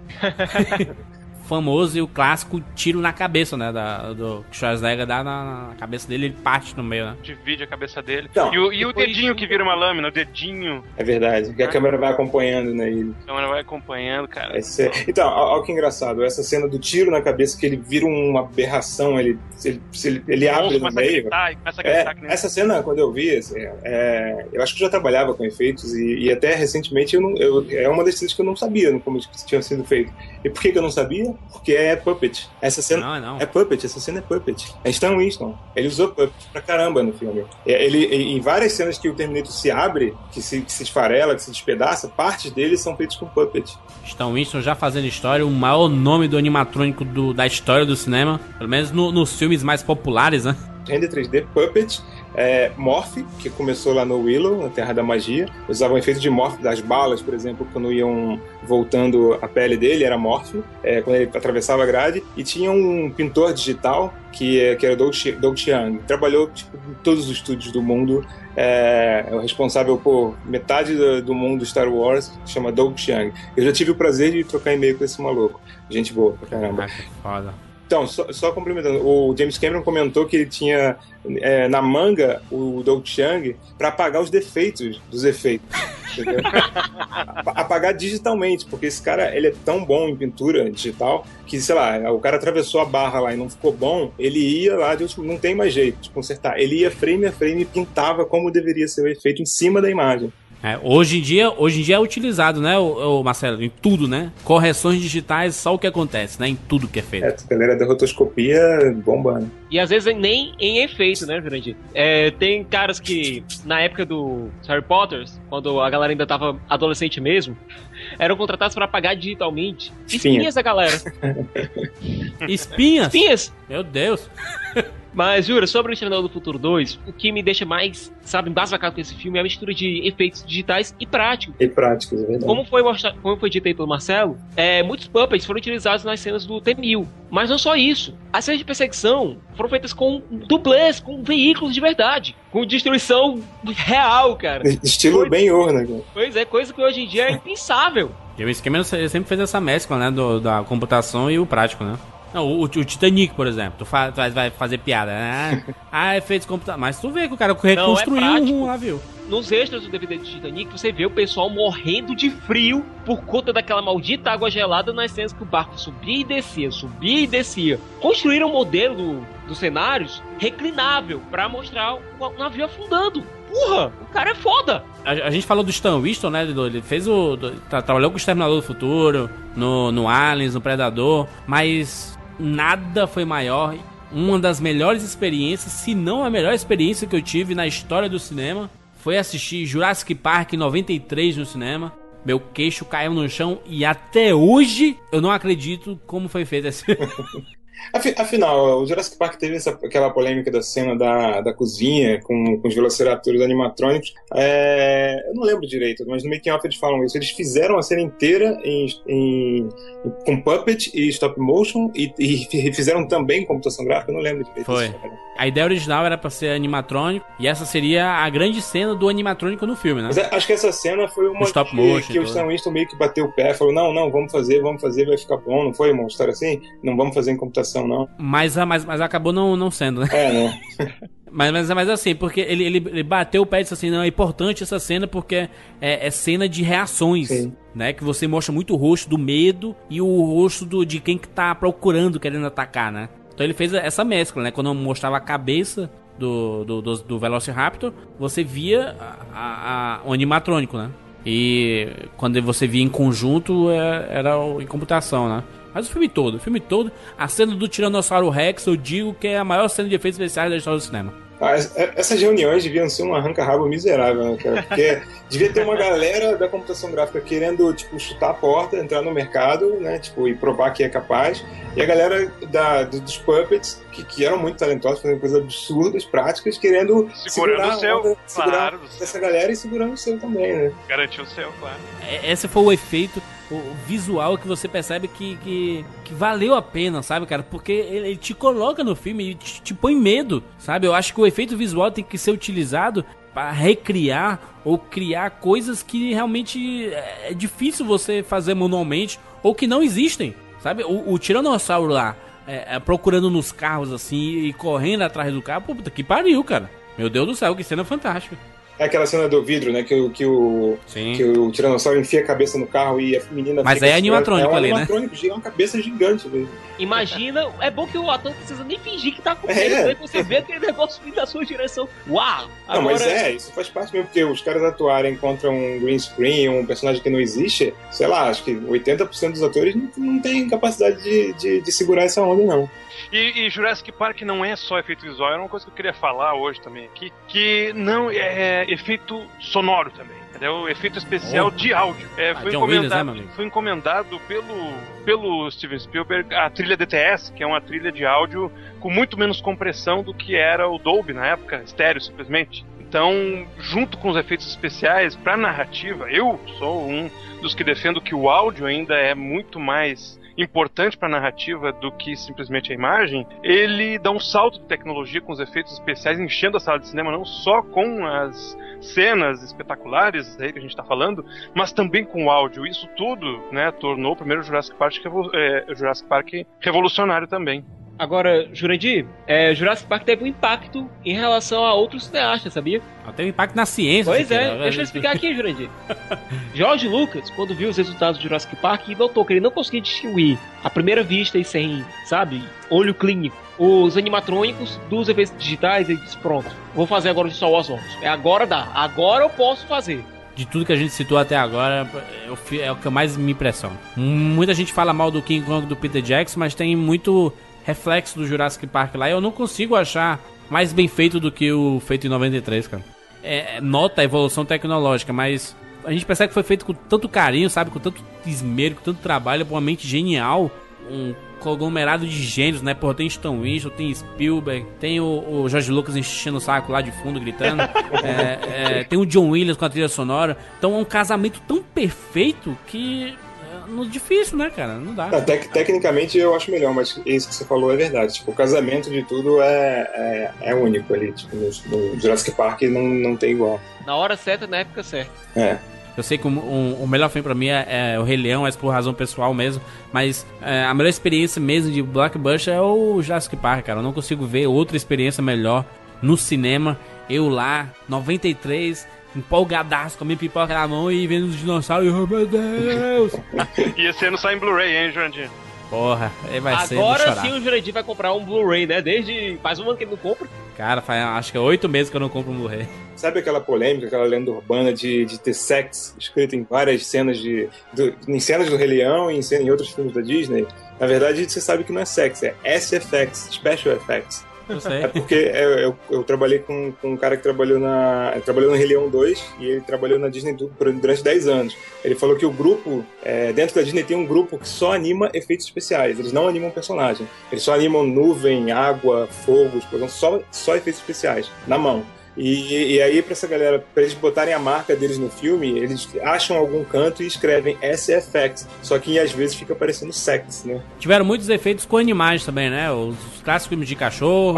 Famoso e o clássico tiro na cabeça, né? Do Schwarzenegger dá na cabeça dele, ele parte no meio, né? Divide a cabeça dele. Então, e o dedinho que vira uma lâmina, o dedinho. É verdade, que a câmera vai acompanhando, né? A câmera vai acompanhando, cara. Então, olha que engraçado, essa cena do tiro na cabeça, que ele vira uma aberração, ele abre no meio. Essa cena, quando eu vi, assim, eu acho que eu já trabalhava com efeitos e até recentemente é uma das coisas que eu não sabia como tinha sido feito. E por que eu não sabia? Porque é puppet. Essa cena não. É puppet, essa cena é puppet. É Stan Winston. Ele usou puppet pra caramba no filme. Em várias cenas que o Terminator se abre, que se esfarela, que se despedaça, partes dele são feitas com puppet. Stan Winston já fazendo história, o maior nome do animatrônico da história do cinema, pelo menos nos filmes mais populares, né? Render 3D, puppet, Morph, que começou lá no Willow, na Terra da Magia. Usavam efeito de Morph das balas, por exemplo, quando iam voltando a pele dele, era Morph, quando ele atravessava a grade. E tinha um pintor digital, que era Doug Chiang. Trabalhou em todos os estúdios do mundo. É o responsável por metade do mundo Star Wars, que chama Doug Chiang. Eu já tive o prazer de trocar e-mail com esse maluco. Gente boa pra caramba. Que foda. Então, só complementando, o James Cameron comentou que ele tinha na manga o Doug Chiang para apagar os defeitos dos efeitos. Entendeu? Apagar digitalmente, porque esse cara, ele é tão bom em pintura digital que, sei lá, o cara atravessou a barra lá e não ficou bom, ele ia lá, não tem mais jeito de consertar. Ele ia frame a frame e pintava como deveria ser o efeito em cima da imagem. Hoje em dia é utilizado, né, o Marcelo, em tudo, né? Correções digitais, só o que acontece, né? Em tudo que é feito. A galera da rotoscopia bombando. E às vezes nem em efeito, né, Jurandir? Tem caras que, na época do Harry Potter, quando a galera ainda tava adolescente mesmo, eram contratados para apagar digitalmente espinhas da galera. Espinhas? Espinhas! Meu Deus! Mas, Jura, sobre o Exterminador do Futuro 2, o que me deixa mais, embasbacado com esse filme é a mistura de efeitos digitais e práticos. E práticos, é verdade. Como foi dito aí pelo Marcelo, muitos puppets foram utilizados nas cenas do T-1000. Mas não só isso. As cenas de perseguição foram feitas com dublês, com veículos de verdade, com destruição real, cara. Estilo Ben-Hur, né, cara? Pois é, coisa que hoje em dia é impensável. E o esquema sempre fez essa mescla, né, da computação e o prático, né? Não, o Titanic, por exemplo, tu vai fazer piada, né? Efeitos computados. Mas tu vê que o cara reconstruiu um navio. Nos extras do DVD de Titanic, você vê o pessoal morrendo de frio por conta daquela maldita água gelada nas cenas que o barco subia e descia. Construíram um modelo dos cenários reclinável pra mostrar o navio afundando. Porra, o cara é foda. A gente falou do Stan Winston, né? Ele fez trabalhou com o Exterminador do Futuro, no Aliens, no Predador, mas nada foi maior. Uma das melhores experiências, se não a melhor experiência que eu tive na história do cinema, foi assistir Jurassic Park 93 no cinema. Meu queixo caiu no chão e até hoje eu não acredito como foi feito esse Afinal, o Jurassic Park teve aquela polêmica da cena da cozinha com os velociraptors animatrônicos. Eu não lembro direito, mas no making of eles falam isso. Eles fizeram a cena inteira com puppet e stop motion e fizeram também computação gráfica. Eu não lembro direito. Foi. A ideia original era pra ser animatrônico e essa seria a grande cena do animatrônico no filme, né? Mas acho que essa cena foi uma stop motion, que o Stan Winston meio que bateu o pé, falou, não, vamos fazer, vai ficar bom. Não foi uma história assim? Não vamos fazer em computação, não. Mas acabou não sendo, né? Né? Mas assim, porque ele bateu o pé e disse assim, não, é importante essa cena porque é cena de reações, sim, né? Que você mostra muito o rosto do medo e o rosto de quem que tá procurando, querendo atacar, né? Então ele fez essa mescla, né? Quando mostrava a cabeça do Velociraptor, você via o animatrônico, né? E quando você via em conjunto, era em computação, né? Mas o filme todo, a cena do Tiranossauro Rex, eu digo que é a maior cena de efeitos especiais da história do cinema. Essas reuniões deviam ser um arranca-rabo miserável, né, cara? Porque devia ter uma galera da computação gráfica querendo, chutar a porta, entrar no mercado, né, e provar que é capaz. E a galera dos puppets, que eram muito talentosos, fazendo coisas absurdas, práticas, querendo segurando o seu, claro. Essa galera e segurando o seu também, né? Garantiu o seu, claro. Esse foi o efeito, o visual que você percebe que valeu a pena, sabe, cara? Porque ele te coloca no filme e te põe medo, sabe? Eu acho que o efeito visual tem que ser utilizado para recriar ou criar coisas que realmente é difícil você fazer manualmente ou que não existem, sabe? O Tiranossauro lá, procurando nos carros assim e correndo atrás do carro, puta que pariu, cara. Meu Deus do céu, que cena fantástica. É aquela cena do vidro, né? Que o Tiranossauro enfia a cabeça no carro e a menina... Mas é animatrônico ali, né? É uma cabeça gigante mesmo. Imagina, é bom que o ator não precisa nem fingir que tá com medo, né? Você vê aquele negócio vindo da sua direção. Uau! Não, mas isso faz parte mesmo, porque os caras atuarem contra um green screen, um personagem que não existe, sei lá, acho que 80% dos atores não tem capacidade de segurar essa onda, não. E Jurassic Park não é só efeito visual, era uma coisa que eu queria falar hoje também aqui, que não é efeito sonoro também, entendeu? Efeito especial de áudio. Foi encomendado pelo Steven Spielberg a trilha DTS, que é uma trilha de áudio com muito menos compressão do que era o Dolby na época, estéreo simplesmente. Então, junto com os efeitos especiais, pra narrativa, eu sou um dos que defendo que o áudio ainda é muito mais importante para a narrativa do que simplesmente a imagem. Ele dá um salto de tecnologia com os efeitos especiais, enchendo a sala de cinema não só com as cenas espetaculares aí que a gente está falando, mas também com o áudio. Isso tudo, né, tornou o primeiro Jurassic Park revolucionário também. Agora, Jurandir, Jurassic Park teve um impacto em relação a outros cineastas, sabia? Teve impacto na ciência. Pois deixa eu explicar aqui, Jurandir. George Lucas, quando viu os resultados do Jurassic Park, notou que ele não conseguia distinguir à primeira vista e sem, sabe, olho clínico, os animatrônicos dos efeitos digitais. Ele disse, pronto, vou fazer agora o Star Wars Outros. Agora dá, agora eu posso fazer. De tudo que a gente citou até agora, é o que mais me impressiona. Muita gente fala mal do King Kong do Peter Jackson, mas tem muito reflexo do Jurassic Park lá. Eu não consigo achar mais bem feito do que o feito em 93, cara. Nota a evolução tecnológica, mas a gente percebe que foi feito com tanto carinho, sabe? Com tanto esmero, com tanto trabalho, com uma mente genial. Um conglomerado de gênios, né? Pô, tem Stan Winston, tem Spielberg, tem o George Lucas enchendo o saco lá de fundo, gritando. Tem o John Williams com a trilha sonora. Então é um casamento tão perfeito que Difícil, né, cara? Não dá. Tecnicamente eu acho melhor, mas isso que você falou é verdade. Tipo, o casamento de tudo é único ali. Tipo, no Jurassic Park não tem igual. Na hora certa, na época certa. Eu sei que o melhor filme pra mim é o Rei Leão, mas por razão pessoal mesmo. Mas a melhor experiência mesmo de blockbuster é o Jurassic Park, cara. Eu não consigo ver outra experiência melhor no cinema. Eu lá, 93, empolgadaço, com a minha pipoca na mão e vendo os dinossauros. Oh, meu Deus! E esse ano sai em Blu-ray, hein, Jurandir? Porra, aí vai ser. Agora sim o Jurandir vai comprar um Blu-ray, né? Desde faz um ano que ele não compra. Cara, acho que é 8 meses que eu não compro um Blu-ray. Sabe aquela polêmica, aquela lenda urbana de ter sex escrito em várias cenas em cenas do Rei Leão e em outros filmes da Disney? Na verdade, você sabe que não é sex, é SFX, Special Effects. Eu sei. É porque eu trabalhei com um cara que trabalhou no Rei Leão 2 e ele trabalhou na Disney durante 10 anos. Ele falou que o grupo, dentro da Disney tem um grupo que só anima efeitos especiais, eles não animam personagem. Eles só animam nuvem, água, fogo, explosão, só efeitos especiais, na mão. E aí, pra essa galera, pra eles botarem a marca deles no filme, eles acham algum canto e escrevem SFX. Só que às vezes fica parecendo sex, né? Tiveram muitos efeitos com animais também, né? Os clássicos filmes de cachorro,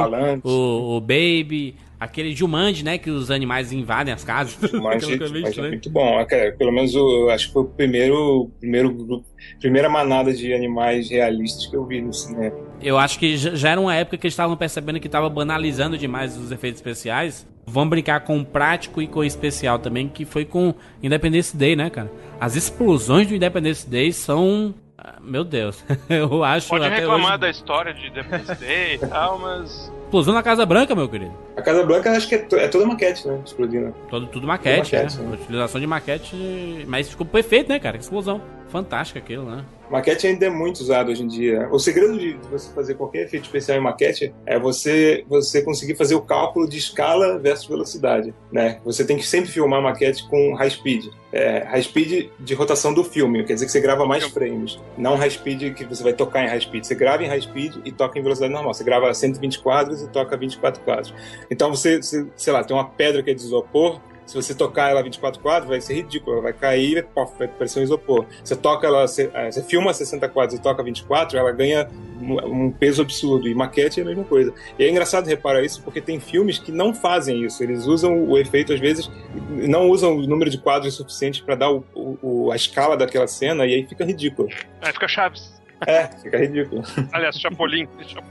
o Baby, aquele Jumanji, né? Que os animais invadem as casas. Jumanji é muito bom. Pelo menos acho que foi o primeira manada de animais realistas que eu vi no cinema. Eu acho que já era uma época que eles estavam percebendo que estava banalizando demais os efeitos especiais. Vamos brincar com o prático e com o especial também, que foi com Independence Day, né, cara? As explosões do Independence Day são... Meu Deus, eu acho... Pode até reclamar hoje... da história de Independence Day e tal, mas... Explosão na Casa Branca, meu querido. A Casa Branca acho que é toda maquete, né? Explodindo. Tudo maquete, maquete, né? né? Utilização de maquete, mas ficou perfeito, né, cara? Que explosão. Fantástica aquilo, né? Maquete ainda é muito usado hoje em dia. O segredo de você fazer qualquer efeito especial em maquete é você conseguir fazer o cálculo de escala versus velocidade, né? Você tem que sempre filmar maquete com high speed. High speed de rotação do filme, quer dizer que você grava mais frames. Não high speed que você vai tocar em high speed. Você grava em high speed e toca em velocidade normal. Você grava 120 quadros e toca 24 quadros. Então você sei lá, tem uma pedra que é de isopor. Se você tocar ela 24 quadros, vai ser ridículo. Ela vai cair, vai parecer um isopor. Você toca ela, você filma 60 quadros e toca 24, ela ganha um peso absurdo. E maquete é a mesma coisa. E é engraçado reparar isso, porque tem filmes que não fazem isso. Eles usam o efeito, às vezes, não usam o número de quadros suficiente para dar a escala daquela cena, e aí fica ridículo. Aí fica Chaves. Fica ridículo. Aliás, Chapolin.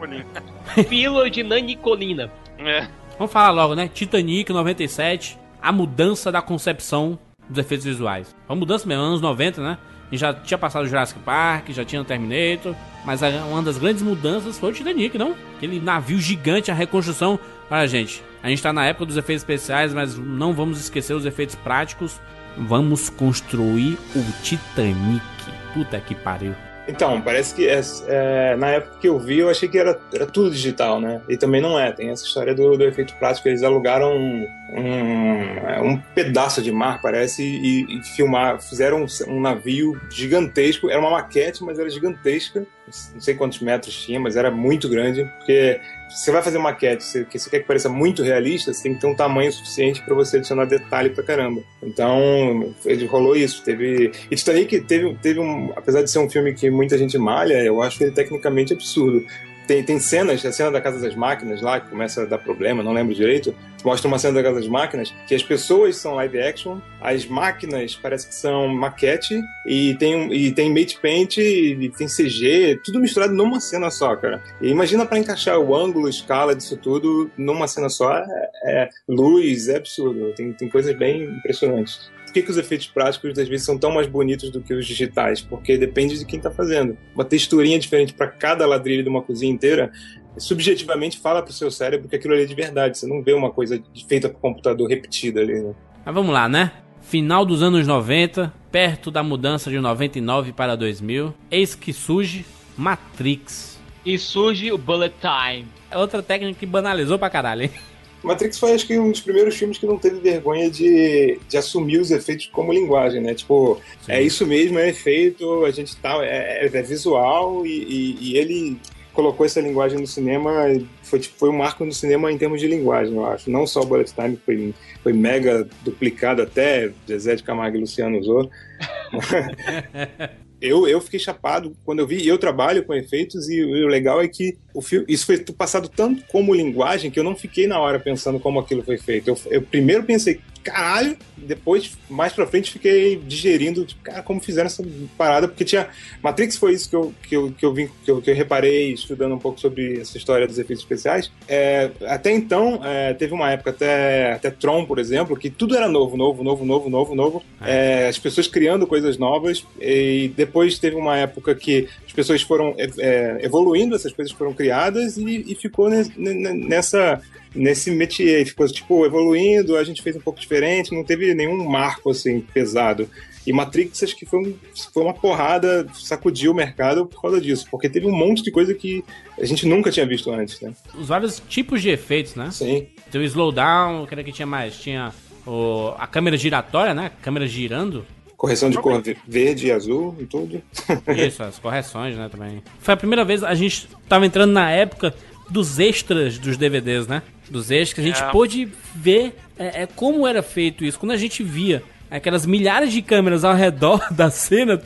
Filo de nanicolina. Vamos falar logo, né? Titanic, 97... A mudança da concepção dos efeitos visuais. Uma mudança mesmo, anos 90, né? E já tinha passado o Jurassic Park, já tinha o Terminator, mas uma das grandes mudanças foi o Titanic, não? Aquele navio gigante, a reconstrução. Olha, gente, a gente tá na época dos efeitos especiais, mas não vamos esquecer os efeitos práticos. Vamos construir o Titanic. Puta que pariu. Então, parece que na época que eu vi, eu achei que era tudo digital, né? E também não é. Tem essa história do efeito prático. Eles alugaram um pedaço de mar, parece, e fizeram um navio gigantesco. Era uma maquete, mas era gigantesca. Não sei quantos metros tinha, mas era muito grande. Porque você vai fazer uma maquete, você quer que pareça muito realista, você tem que ter um tamanho suficiente para você adicionar detalhe pra caramba. Então, rolou isso. E Titanic teve apesar de ser um filme que muita gente malha, eu acho ele tecnicamente absurdo. Tem cenas, a cena da Casa das Máquinas lá, que começa a dar problema, não lembro direito, mostra uma cena da Casa das Máquinas, que as pessoas são live action, as máquinas parece que são maquete, e tem mate paint, e tem CG, tudo misturado numa cena só, cara. E imagina pra encaixar o ângulo, a escala disso tudo numa cena só, luz, é absurdo, tem coisas bem impressionantes. Por que os efeitos práticos às vezes são tão mais bonitos do que os digitais? Porque depende de quem está fazendo. Uma texturinha diferente para cada ladrilho de uma cozinha inteira, subjetivamente fala pro seu cérebro que aquilo ali é de verdade. Você não vê uma coisa feita por computador repetida ali, né? Mas vamos lá, né? Final dos anos 90, perto da mudança de 99 para 2000, eis que surge Matrix. E surge o Bullet Time. É outra técnica que banalizou pra caralho, hein? Matrix foi, acho que, um dos primeiros filmes que não teve vergonha de assumir os efeitos como linguagem, né? Tipo, sim, é isso mesmo, é efeito, a gente tá, é visual e ele colocou essa linguagem no cinema, foi um marco no cinema em termos de linguagem, eu acho. Não só o Bullet Time, foi mega duplicado até, Zezé de Camargo e Luciano usou. Eu fiquei chapado quando eu vi, e eu trabalho com efeitos, e o legal é que o filme, isso foi passado tanto como linguagem que eu não fiquei na hora pensando como aquilo foi feito. Eu primeiro pensei, caralho, depois, mais pra frente, fiquei digerindo, tipo, cara, como fizeram essa parada, porque tinha... Matrix foi isso que eu reparei estudando um pouco sobre essa história dos efeitos especiais. Até então, teve uma época, até Tron, por exemplo, que tudo era novo. As pessoas criando coisas novas, e depois teve uma época que as pessoas foram evoluindo, essas coisas foram criadas, e ficou nesse métier, ficou tipo evoluindo, a gente fez um pouco diferente, não teve nenhum marco assim pesado. E Matrix acho que foi uma porrada, sacudiu o mercado por causa disso, porque teve um monte de coisa que a gente nunca tinha visto antes, né? Os vários tipos de efeitos, né? Sim. Tem o slowdown, que era que tinha mais? Tinha a câmera giratória, né? A câmera girando. Correção de cor verde e azul e tudo. Isso, as correções, né, também. Foi a primeira vez, a gente tava entrando na época dos extras dos DVDs, né? Dos extras que a gente pôde ver como era feito isso. Quando a gente via aquelas milhares de câmeras ao redor da cena,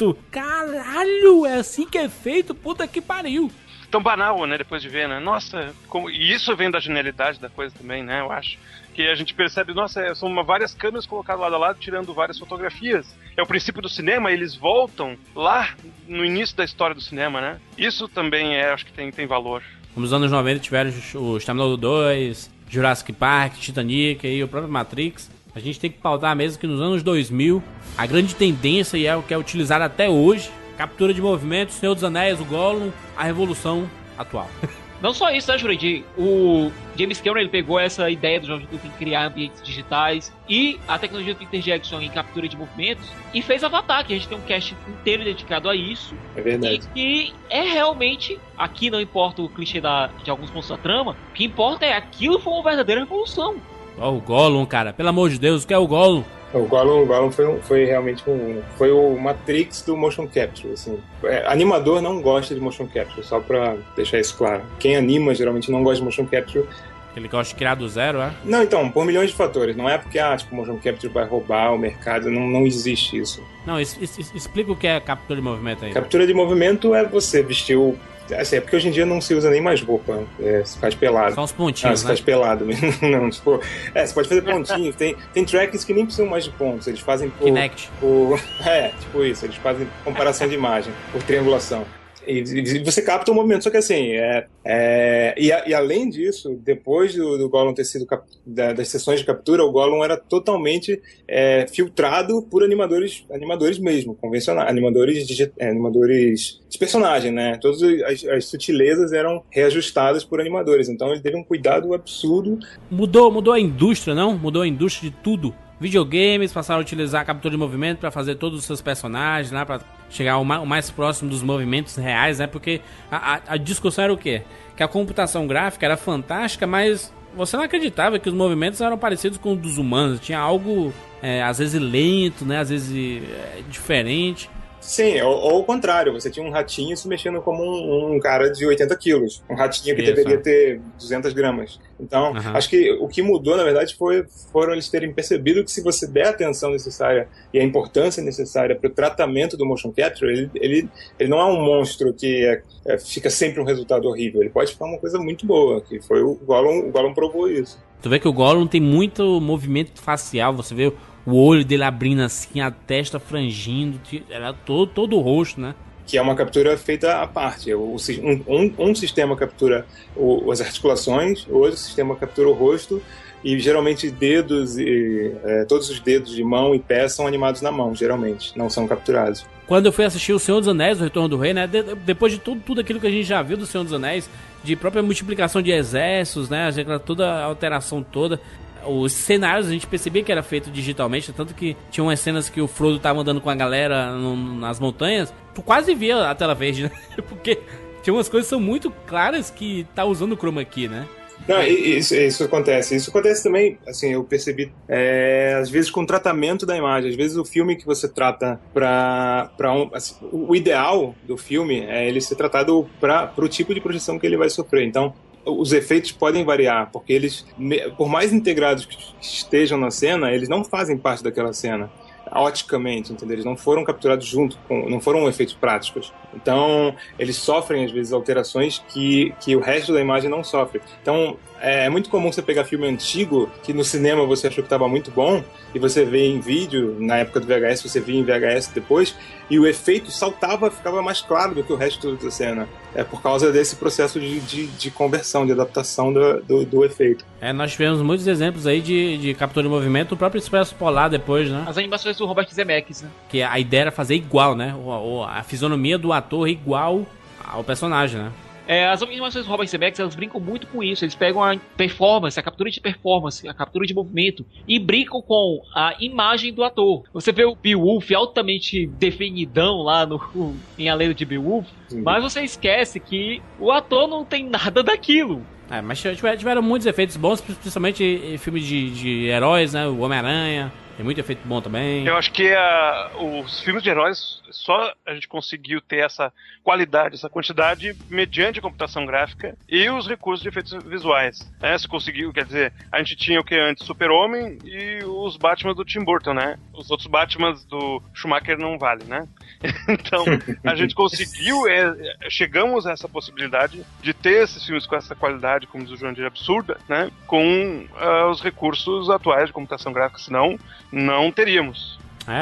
caralho, é assim que é feito, puta que pariu. Tão banal, né, depois de ver, né? Nossa, e isso vem da genialidade da coisa também, né, eu acho. Que a gente percebe, nossa, são várias câmeras colocadas lado a lado, tirando várias fotografias. É o princípio do cinema, eles voltam lá no início da história do cinema, né? Isso também acho que tem valor. Nos anos 90 tiveram o Exterminador 2, Jurassic Park, Titanic e o próprio Matrix. A gente tem que pautar mesmo que nos anos 2000, a grande tendência, e é o que é utilizado até hoje, captura de movimentos, Senhor dos Anéis, o Gollum, a revolução atual. Não só isso, né, Jurandir? O James Cameron, ele pegou essa ideia do George Lucas em criar ambientes digitais e a tecnologia do Peter Jackson em captura de movimentos e fez Avatar, que a gente tem um cast inteiro dedicado a isso. É verdade. E que é realmente, aqui não importa o clichê de alguns pontos da trama, o que importa é aquilo foi uma verdadeira revolução. O Gollum, cara, pelo amor de Deus, o que é o Gollum? O Gollum foi realmente foi o Matrix do motion capture, assim. Animador não gosta de motion capture, só pra deixar isso claro. Quem anima geralmente não gosta de motion capture. Ele gosta de criar do zero, é? Não, então, por milhões de fatores. Não é porque, motion capture vai roubar o mercado, não existe isso. Não, explica o que é captura de movimento aí. Captura de movimento é você vestir o... Assim, é porque hoje em dia não se usa nem mais roupa, se faz pelado. Só uns pontinhos, se faz pelado mesmo. Não, tipo, você pode fazer pontinhos. Tem tracks que nem precisam mais de pontos, eles fazem por... Kinect. Tipo isso, eles fazem comparação de imagem, por triangulação. E você capta o movimento, só que assim, e além disso, depois do Gollum ter sido das sessões de captura, o Gollum era totalmente filtrado por animadores mesmo, convencionais, animadores de personagem, né? Todas as sutilezas eram reajustadas por animadores, então ele teve um cuidado absurdo. Mudou a indústria, não? Mudou a indústria de tudo. Videogames passaram a utilizar a captura de movimento para fazer todos os seus personagens, né, para chegar o mais próximo dos movimentos reais, né? Porque a discussão era o quê? Que a computação gráfica era fantástica, mas você não acreditava que os movimentos eram parecidos com os dos humanos. Tinha algo, às vezes, lento, né? Às vezes diferente. Sim, ou o contrário, você tinha um ratinho se mexendo como um cara de 80 quilos. Um ratinho que deveria ter 200 gramas. Então, acho que o que mudou, na verdade, foram eles terem percebido que se você der a atenção necessária e a importância necessária para o tratamento do motion capture, ele não é um monstro que fica sempre um resultado horrível. Ele pode ficar uma coisa muito boa, que foi o Gollum provou isso. Tu vê que o Gollum tem muito movimento facial, você vê o olho dele abrindo assim, a testa frangindo, era todo o rosto, né? Que é uma captura feita à parte. Um sistema captura as articulações, o outro sistema captura o rosto, e geralmente dedos todos os dedos de mão e pé são animados na mão, geralmente, não são capturados. Quando eu fui assistir O Senhor dos Anéis, O Retorno do Rei, né? Depois de tudo aquilo que a gente já viu do Senhor dos Anéis, de própria multiplicação de exércitos, né? Toda a alteração toda. Os cenários a gente percebia que era feito digitalmente, tanto que tinha umas cenas que o Frodo tava andando com a galera nas montanhas, tu quase via a tela verde, né? Porque tinha umas coisas que são muito claras que tá usando o chroma key, né? Não, isso acontece. Isso acontece também, assim, eu percebi, às vezes com o tratamento da imagem. Às vezes o filme que você trata assim, o ideal do filme é ele ser tratado para o tipo de projeção que ele vai sofrer. Então, os efeitos podem variar, porque eles, por mais integrados que estejam na cena, eles não fazem parte daquela cena. Oticamente, entendeu? Eles não foram capturados junto não foram efeitos práticos. Então, eles sofrem, às vezes, alterações que o resto da imagem não sofre. Então, é muito comum você pegar filme antigo, que no cinema você achou que estava muito bom, e você vê em vídeo, na época do VHS, você via em VHS depois, e o efeito saltava, ficava mais claro do que o resto da cena. É por causa desse processo de conversão, de adaptação do efeito. Nós tivemos muitos exemplos aí de captura de movimento, o próprio Expresso Polar depois, né? As animações do Robert Zemeckis, né? Que a ideia era fazer igual, né? A fisionomia do ator igual ao personagem, né? As animações do Robert Zemeckis, elas brincam muito com isso. Eles pegam a performance, a captura de performance, a captura de movimento e brincam com a imagem do ator. Você vê o Beowulf altamente definidão lá em A Lenda de Beowulf, mas você esquece que o ator não tem nada daquilo. Mas tiveram muitos efeitos bons, principalmente em filmes de heróis, né? O Homem-Aranha. Tem muito efeito bom também. Eu acho que os filmes de heróis, só a gente conseguiu ter essa qualidade, essa quantidade, mediante a computação gráfica e os recursos de efeitos visuais. Se conseguiu, quer dizer, a gente tinha o que antes, Super-Homem e os Batman do Tim Burton, né? Os outros Batman do Schumacher não valem, né? Então, a gente conseguiu, chegamos a essa possibilidade de ter esses filmes com essa qualidade, como diz o João, de absurda, né? Com os recursos atuais de computação gráfica, senão não teríamos.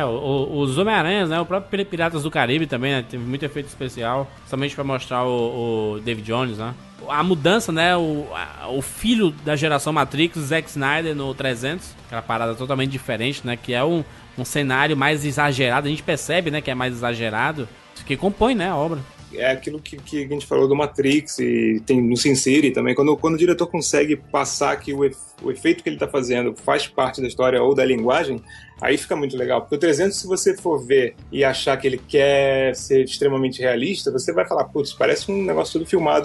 Os Homem-Aranhas, né? O próprio Piratas do Caribe também, né? Teve muito efeito especial, somente pra mostrar o David Jones, né? A mudança, né? O filho da geração Matrix, Zack Snyder, no 300, aquela parada totalmente diferente, né? Que é um cenário mais exagerado, a gente percebe, né? Que é mais exagerado, que compõe, né? A obra. É aquilo que a gente falou do Matrix e tem no Sin City também, quando o diretor consegue passar que o efeito que ele está fazendo faz parte da história ou da linguagem, aí fica muito legal, porque o 300, se você for ver e achar que ele quer ser extremamente realista, você vai falar, putz, parece um negócio todo filmado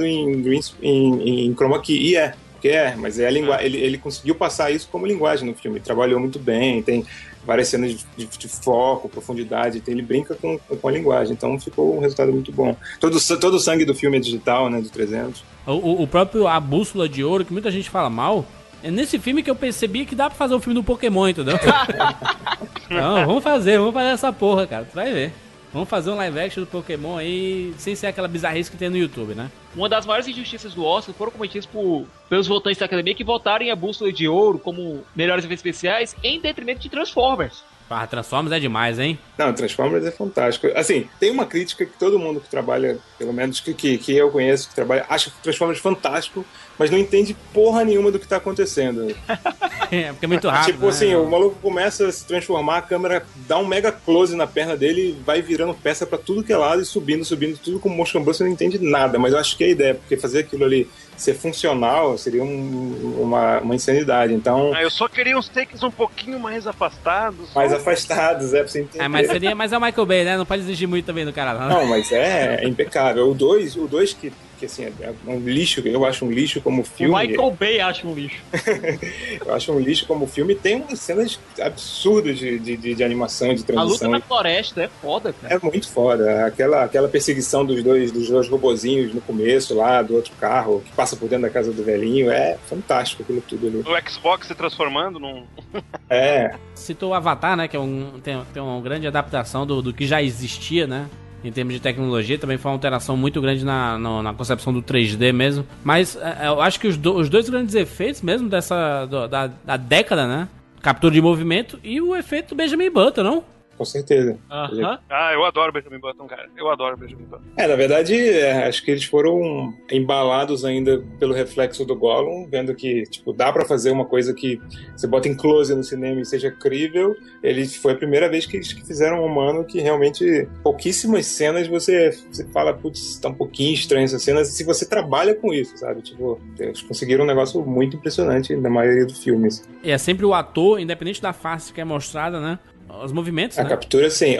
em chroma key, mas é a linguagem, ele conseguiu passar isso como linguagem no filme, trabalhou muito bem, tem várias cenas de foco, profundidade, ele brinca com a linguagem, então ficou um resultado muito bom. Todo o sangue do filme é digital, né, do 300. O próprio A Bússola de Ouro, que muita gente fala mal, é nesse filme que eu percebi que dá pra fazer um filme do Pokémon, entendeu? Não, vamos fazer essa porra, cara, tu vai ver. Vamos fazer um live action do Pokémon aí, sem ser aquela bizarrice que tem no YouTube, né? Uma das maiores injustiças do Oscar foram cometidas pelos votantes da academia que votaram em A Bússola de Ouro como melhores efeitos especiais em detrimento de Transformers. Transformers é demais, hein? Não, Transformers é fantástico. Assim, tem uma crítica que todo mundo que trabalha, pelo menos que eu conheço, que trabalha, acha que Transformers é fantástico, mas não entende porra nenhuma do que tá acontecendo. Porque é muito rápido. Tipo assim, o maluco começa a se transformar, a câmera dá um mega close na perna dele, vai virando peça pra tudo que é lado e subindo, tudo com motion blur, você não entende nada, mas eu acho que é a ideia, porque fazer aquilo ali ser funcional seria uma insanidade, então... Eu só queria uns takes um pouquinho mais afastados. Mais afastados, pra você entender. Mas é o Michael Bay, né? Não pode exigir muito também do cara, não. Não, mas é impecável. O 2 que assim, é um lixo, eu acho um lixo como filme. O Michael Bay acha um lixo. Eu acho um lixo como filme. Tem umas cenas absurdas de animação, de transição. A luta na floresta é foda, cara. É muito foda. Aquela perseguição dos dois robozinhos no começo lá, do outro carro, que passa por dentro da casa do velhinho, é fantástico aquilo tudo ali. O Xbox se transformando num... Citou o Avatar, né, que tem uma grande adaptação do que já existia, né? Em termos de tecnologia, também foi uma alteração muito grande na concepção do 3D mesmo. Mas eu acho que os dois grandes efeitos mesmo da década, né? Captura de movimento e o efeito Benjamin Button, não? Com certeza. Eu adoro Benjamin Button, cara. Eu adoro Benjamin Button. Na verdade, acho que eles foram embalados ainda pelo reflexo do Gollum, vendo que, tipo, dá pra fazer uma coisa que você bota em close no cinema e seja crível. Foi a primeira vez que fizeram um humano que realmente, pouquíssimas cenas você fala, putz, tá um pouquinho estranho essas cenas, se você trabalha com isso, sabe? Tipo, eles conseguiram um negócio muito impressionante na maioria dos filmes. E é sempre o ator, independente da face que é mostrada, né? os movimentos, A né? captura, sim.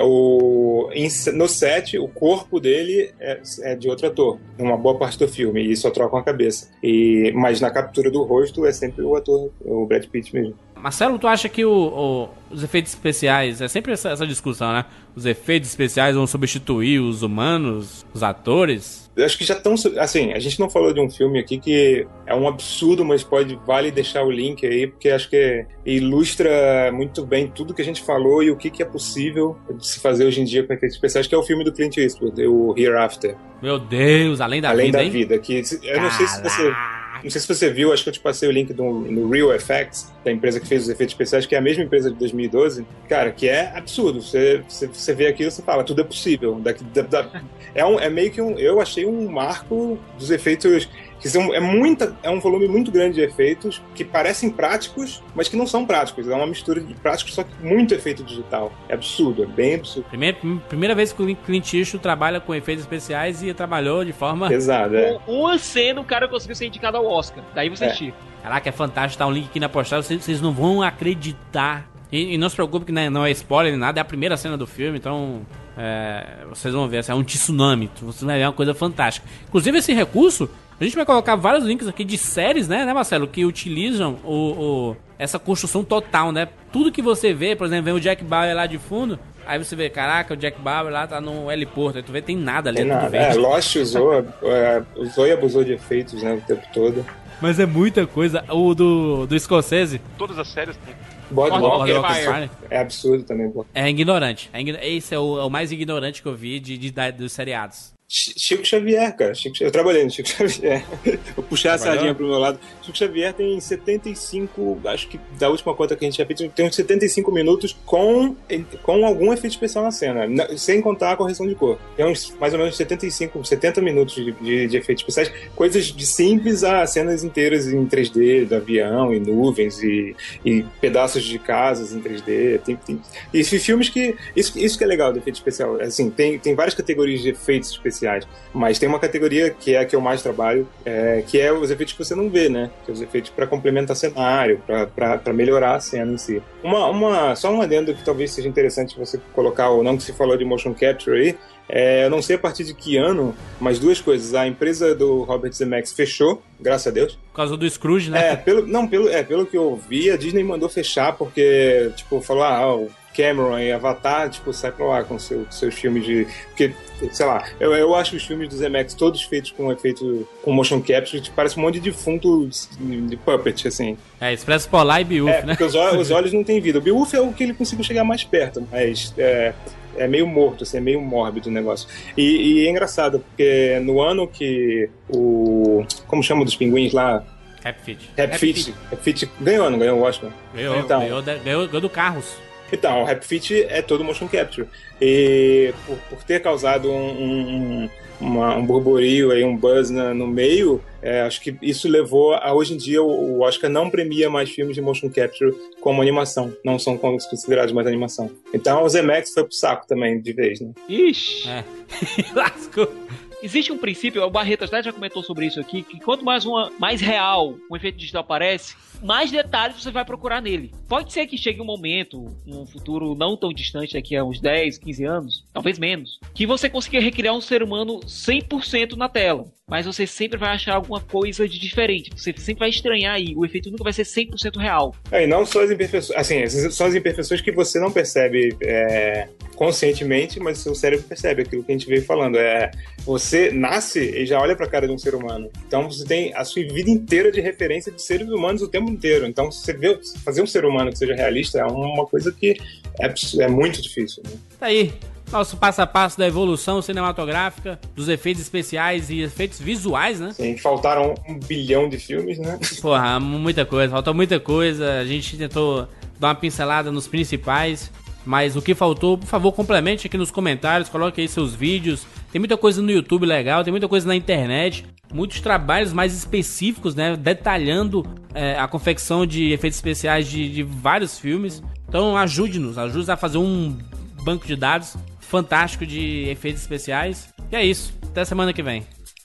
No set, o corpo dele é de outro ator, numa boa parte do filme, e só trocam a cabeça. Mas na captura do rosto é sempre o ator, o Brad Pitt mesmo. Marcelo, tu acha que os efeitos especiais, é sempre essa discussão, né? Os efeitos especiais vão substituir os humanos, os atores? Eu acho que já estão... Assim, a gente não falou de um filme aqui que é um absurdo, mas vale deixar o link aí, porque acho que ilustra muito bem tudo que a gente falou e o que é possível de se fazer hoje em dia com efeitos especiais, que é o filme do Clint Eastwood, o Hereafter. Meu Deus, Além da Vida, que eu não sei se você... Não sei se você viu, acho que eu te passei o link no Real Effects, da empresa que fez os efeitos especiais, que é a mesma empresa de 2012. Cara, que é absurdo. Você vê aquilo e você fala, tudo é possível. É meio que eu achei um marco dos efeitos... É um volume muito grande de efeitos que parecem práticos, mas que não são práticos. É uma mistura de práticos, só que muito efeito digital. É absurdo, é bem absurdo. Primeira vez que o Clint Eastwood trabalha com efeitos especiais e trabalhou de forma... Pesada, Uma cena o cara conseguiu ser indicado ao Oscar. Daí você assistir. Caraca, é fantástico. Tá um link aqui na postagem. Vocês não vão acreditar. E não se preocupe que não é spoiler nem nada. É a primeira cena do filme, então... vocês vão ver. É um tsunami. Você vai ver uma coisa fantástica. Inclusive, esse recurso... A gente vai colocar vários links aqui de séries, né, Marcelo? Que utilizam essa construção total, né? Tudo que você vê, por exemplo, vem o Jack Bauer lá de fundo, aí você vê, caraca, o Jack Bauer lá tá no heliporto, aí tu vê, tem nada ali. Tem nada. Lost usou e abusou de efeitos, né, o tempo todo. Mas é muita coisa. O do Scorsese. Todas as séries tem. Boardwalk Empire. É absurdo também. É ignorante. Esse é o mais ignorante que eu vi dos seriados. Chico Xavier, cara. Eu trabalhei no Chico Xavier. Vou puxar a sardinha pro meu lado. Chico Xavier tem 75, acho que da última conta que a gente já fez, tem uns 75 minutos com algum efeito especial na cena, sem contar a correção de cor. Tem uns mais ou menos 70 minutos de efeitos especiais, coisas de simples a cenas inteiras em 3D, do avião, e nuvens, e pedaços de casas em 3D. Tem filmes que... Isso que é legal do efeito especial. Assim, tem várias categorias de efeitos especiais, mas tem uma categoria que é a que eu mais trabalho, que é os efeitos que você não vê, né? Que é os efeitos para complementar cenário, para melhorar a cena em si. Só um adendo que talvez seja interessante você colocar, ou não, que se falou de motion capture aí, eu não sei a partir de que ano, mas duas coisas. A empresa do Robert Zemeckis fechou, graças a Deus. Por causa do Scrooge, né? Pelo que eu vi, a Disney mandou fechar porque, tipo, falou, o Cameron e Avatar, tipo, sai pra lá com seus filmes de... Porque, sei lá, eu acho os filmes do Zemeckis todos feitos com efeito, com motion capture, tipo, parece um monte de defunto de puppet, assim. Expresso Polar e Beowulf, né? Porque os olhos não têm vida. O Beowulf é o que ele conseguiu chegar mais perto, mas... É meio morto, assim, é meio mórbido o negócio. E é engraçado, porque no ano que como chama dos pinguins lá? Rap Fit ganhou, não ganhou o Oscar? Ganhou do Carros. Então, o Rap Fit é todo motion capture. E por ter causado um burburinho aí, um buzz no meio, acho que isso levou a, hoje em dia, o Oscar não premia mais filmes de motion capture como animação. Não são considerados mais animação. Então, o Zemeckis foi pro saco também, de vez, né? Ixi! Lascou. Existe um princípio, o Barreto até já comentou sobre isso aqui, que quanto mais real um efeito digital aparece, mais detalhes você vai procurar nele. Pode ser que chegue um momento, num futuro não tão distante, daqui a uns 10, 15 anos, talvez menos, que você consiga recriar um ser humano 100% na tela. Mas você sempre vai achar alguma coisa de diferente. Você sempre vai estranhar e o efeito nunca vai ser 100% real. E não só as imperfeições. Assim, essas são as imperfeições que você não percebe conscientemente, mas o seu cérebro percebe aquilo que a gente veio falando. Você nasce e já olha pra cara de um ser humano. Então você tem a sua vida inteira de referência de seres humanos o tempo inteiro. Então você fazer um ser humano que seja realista é uma coisa que é muito difícil, né? Tá aí. Nosso passo a passo da evolução cinematográfica, dos efeitos especiais e efeitos visuais, né? Sim, faltaram 1 bilhão de filmes, né? Porra, muita coisa, faltou muita coisa. A gente tentou dar uma pincelada nos principais, mas o que faltou, por favor, complemente aqui nos comentários, coloque aí seus vídeos. Tem muita coisa no YouTube legal, tem muita coisa na internet, muitos trabalhos mais específicos, né? Detalhando a confecção de efeitos especiais de vários filmes. Então ajude-nos a fazer um banco de dados fantástico de efeitos especiais. E é isso. Até semana que vem.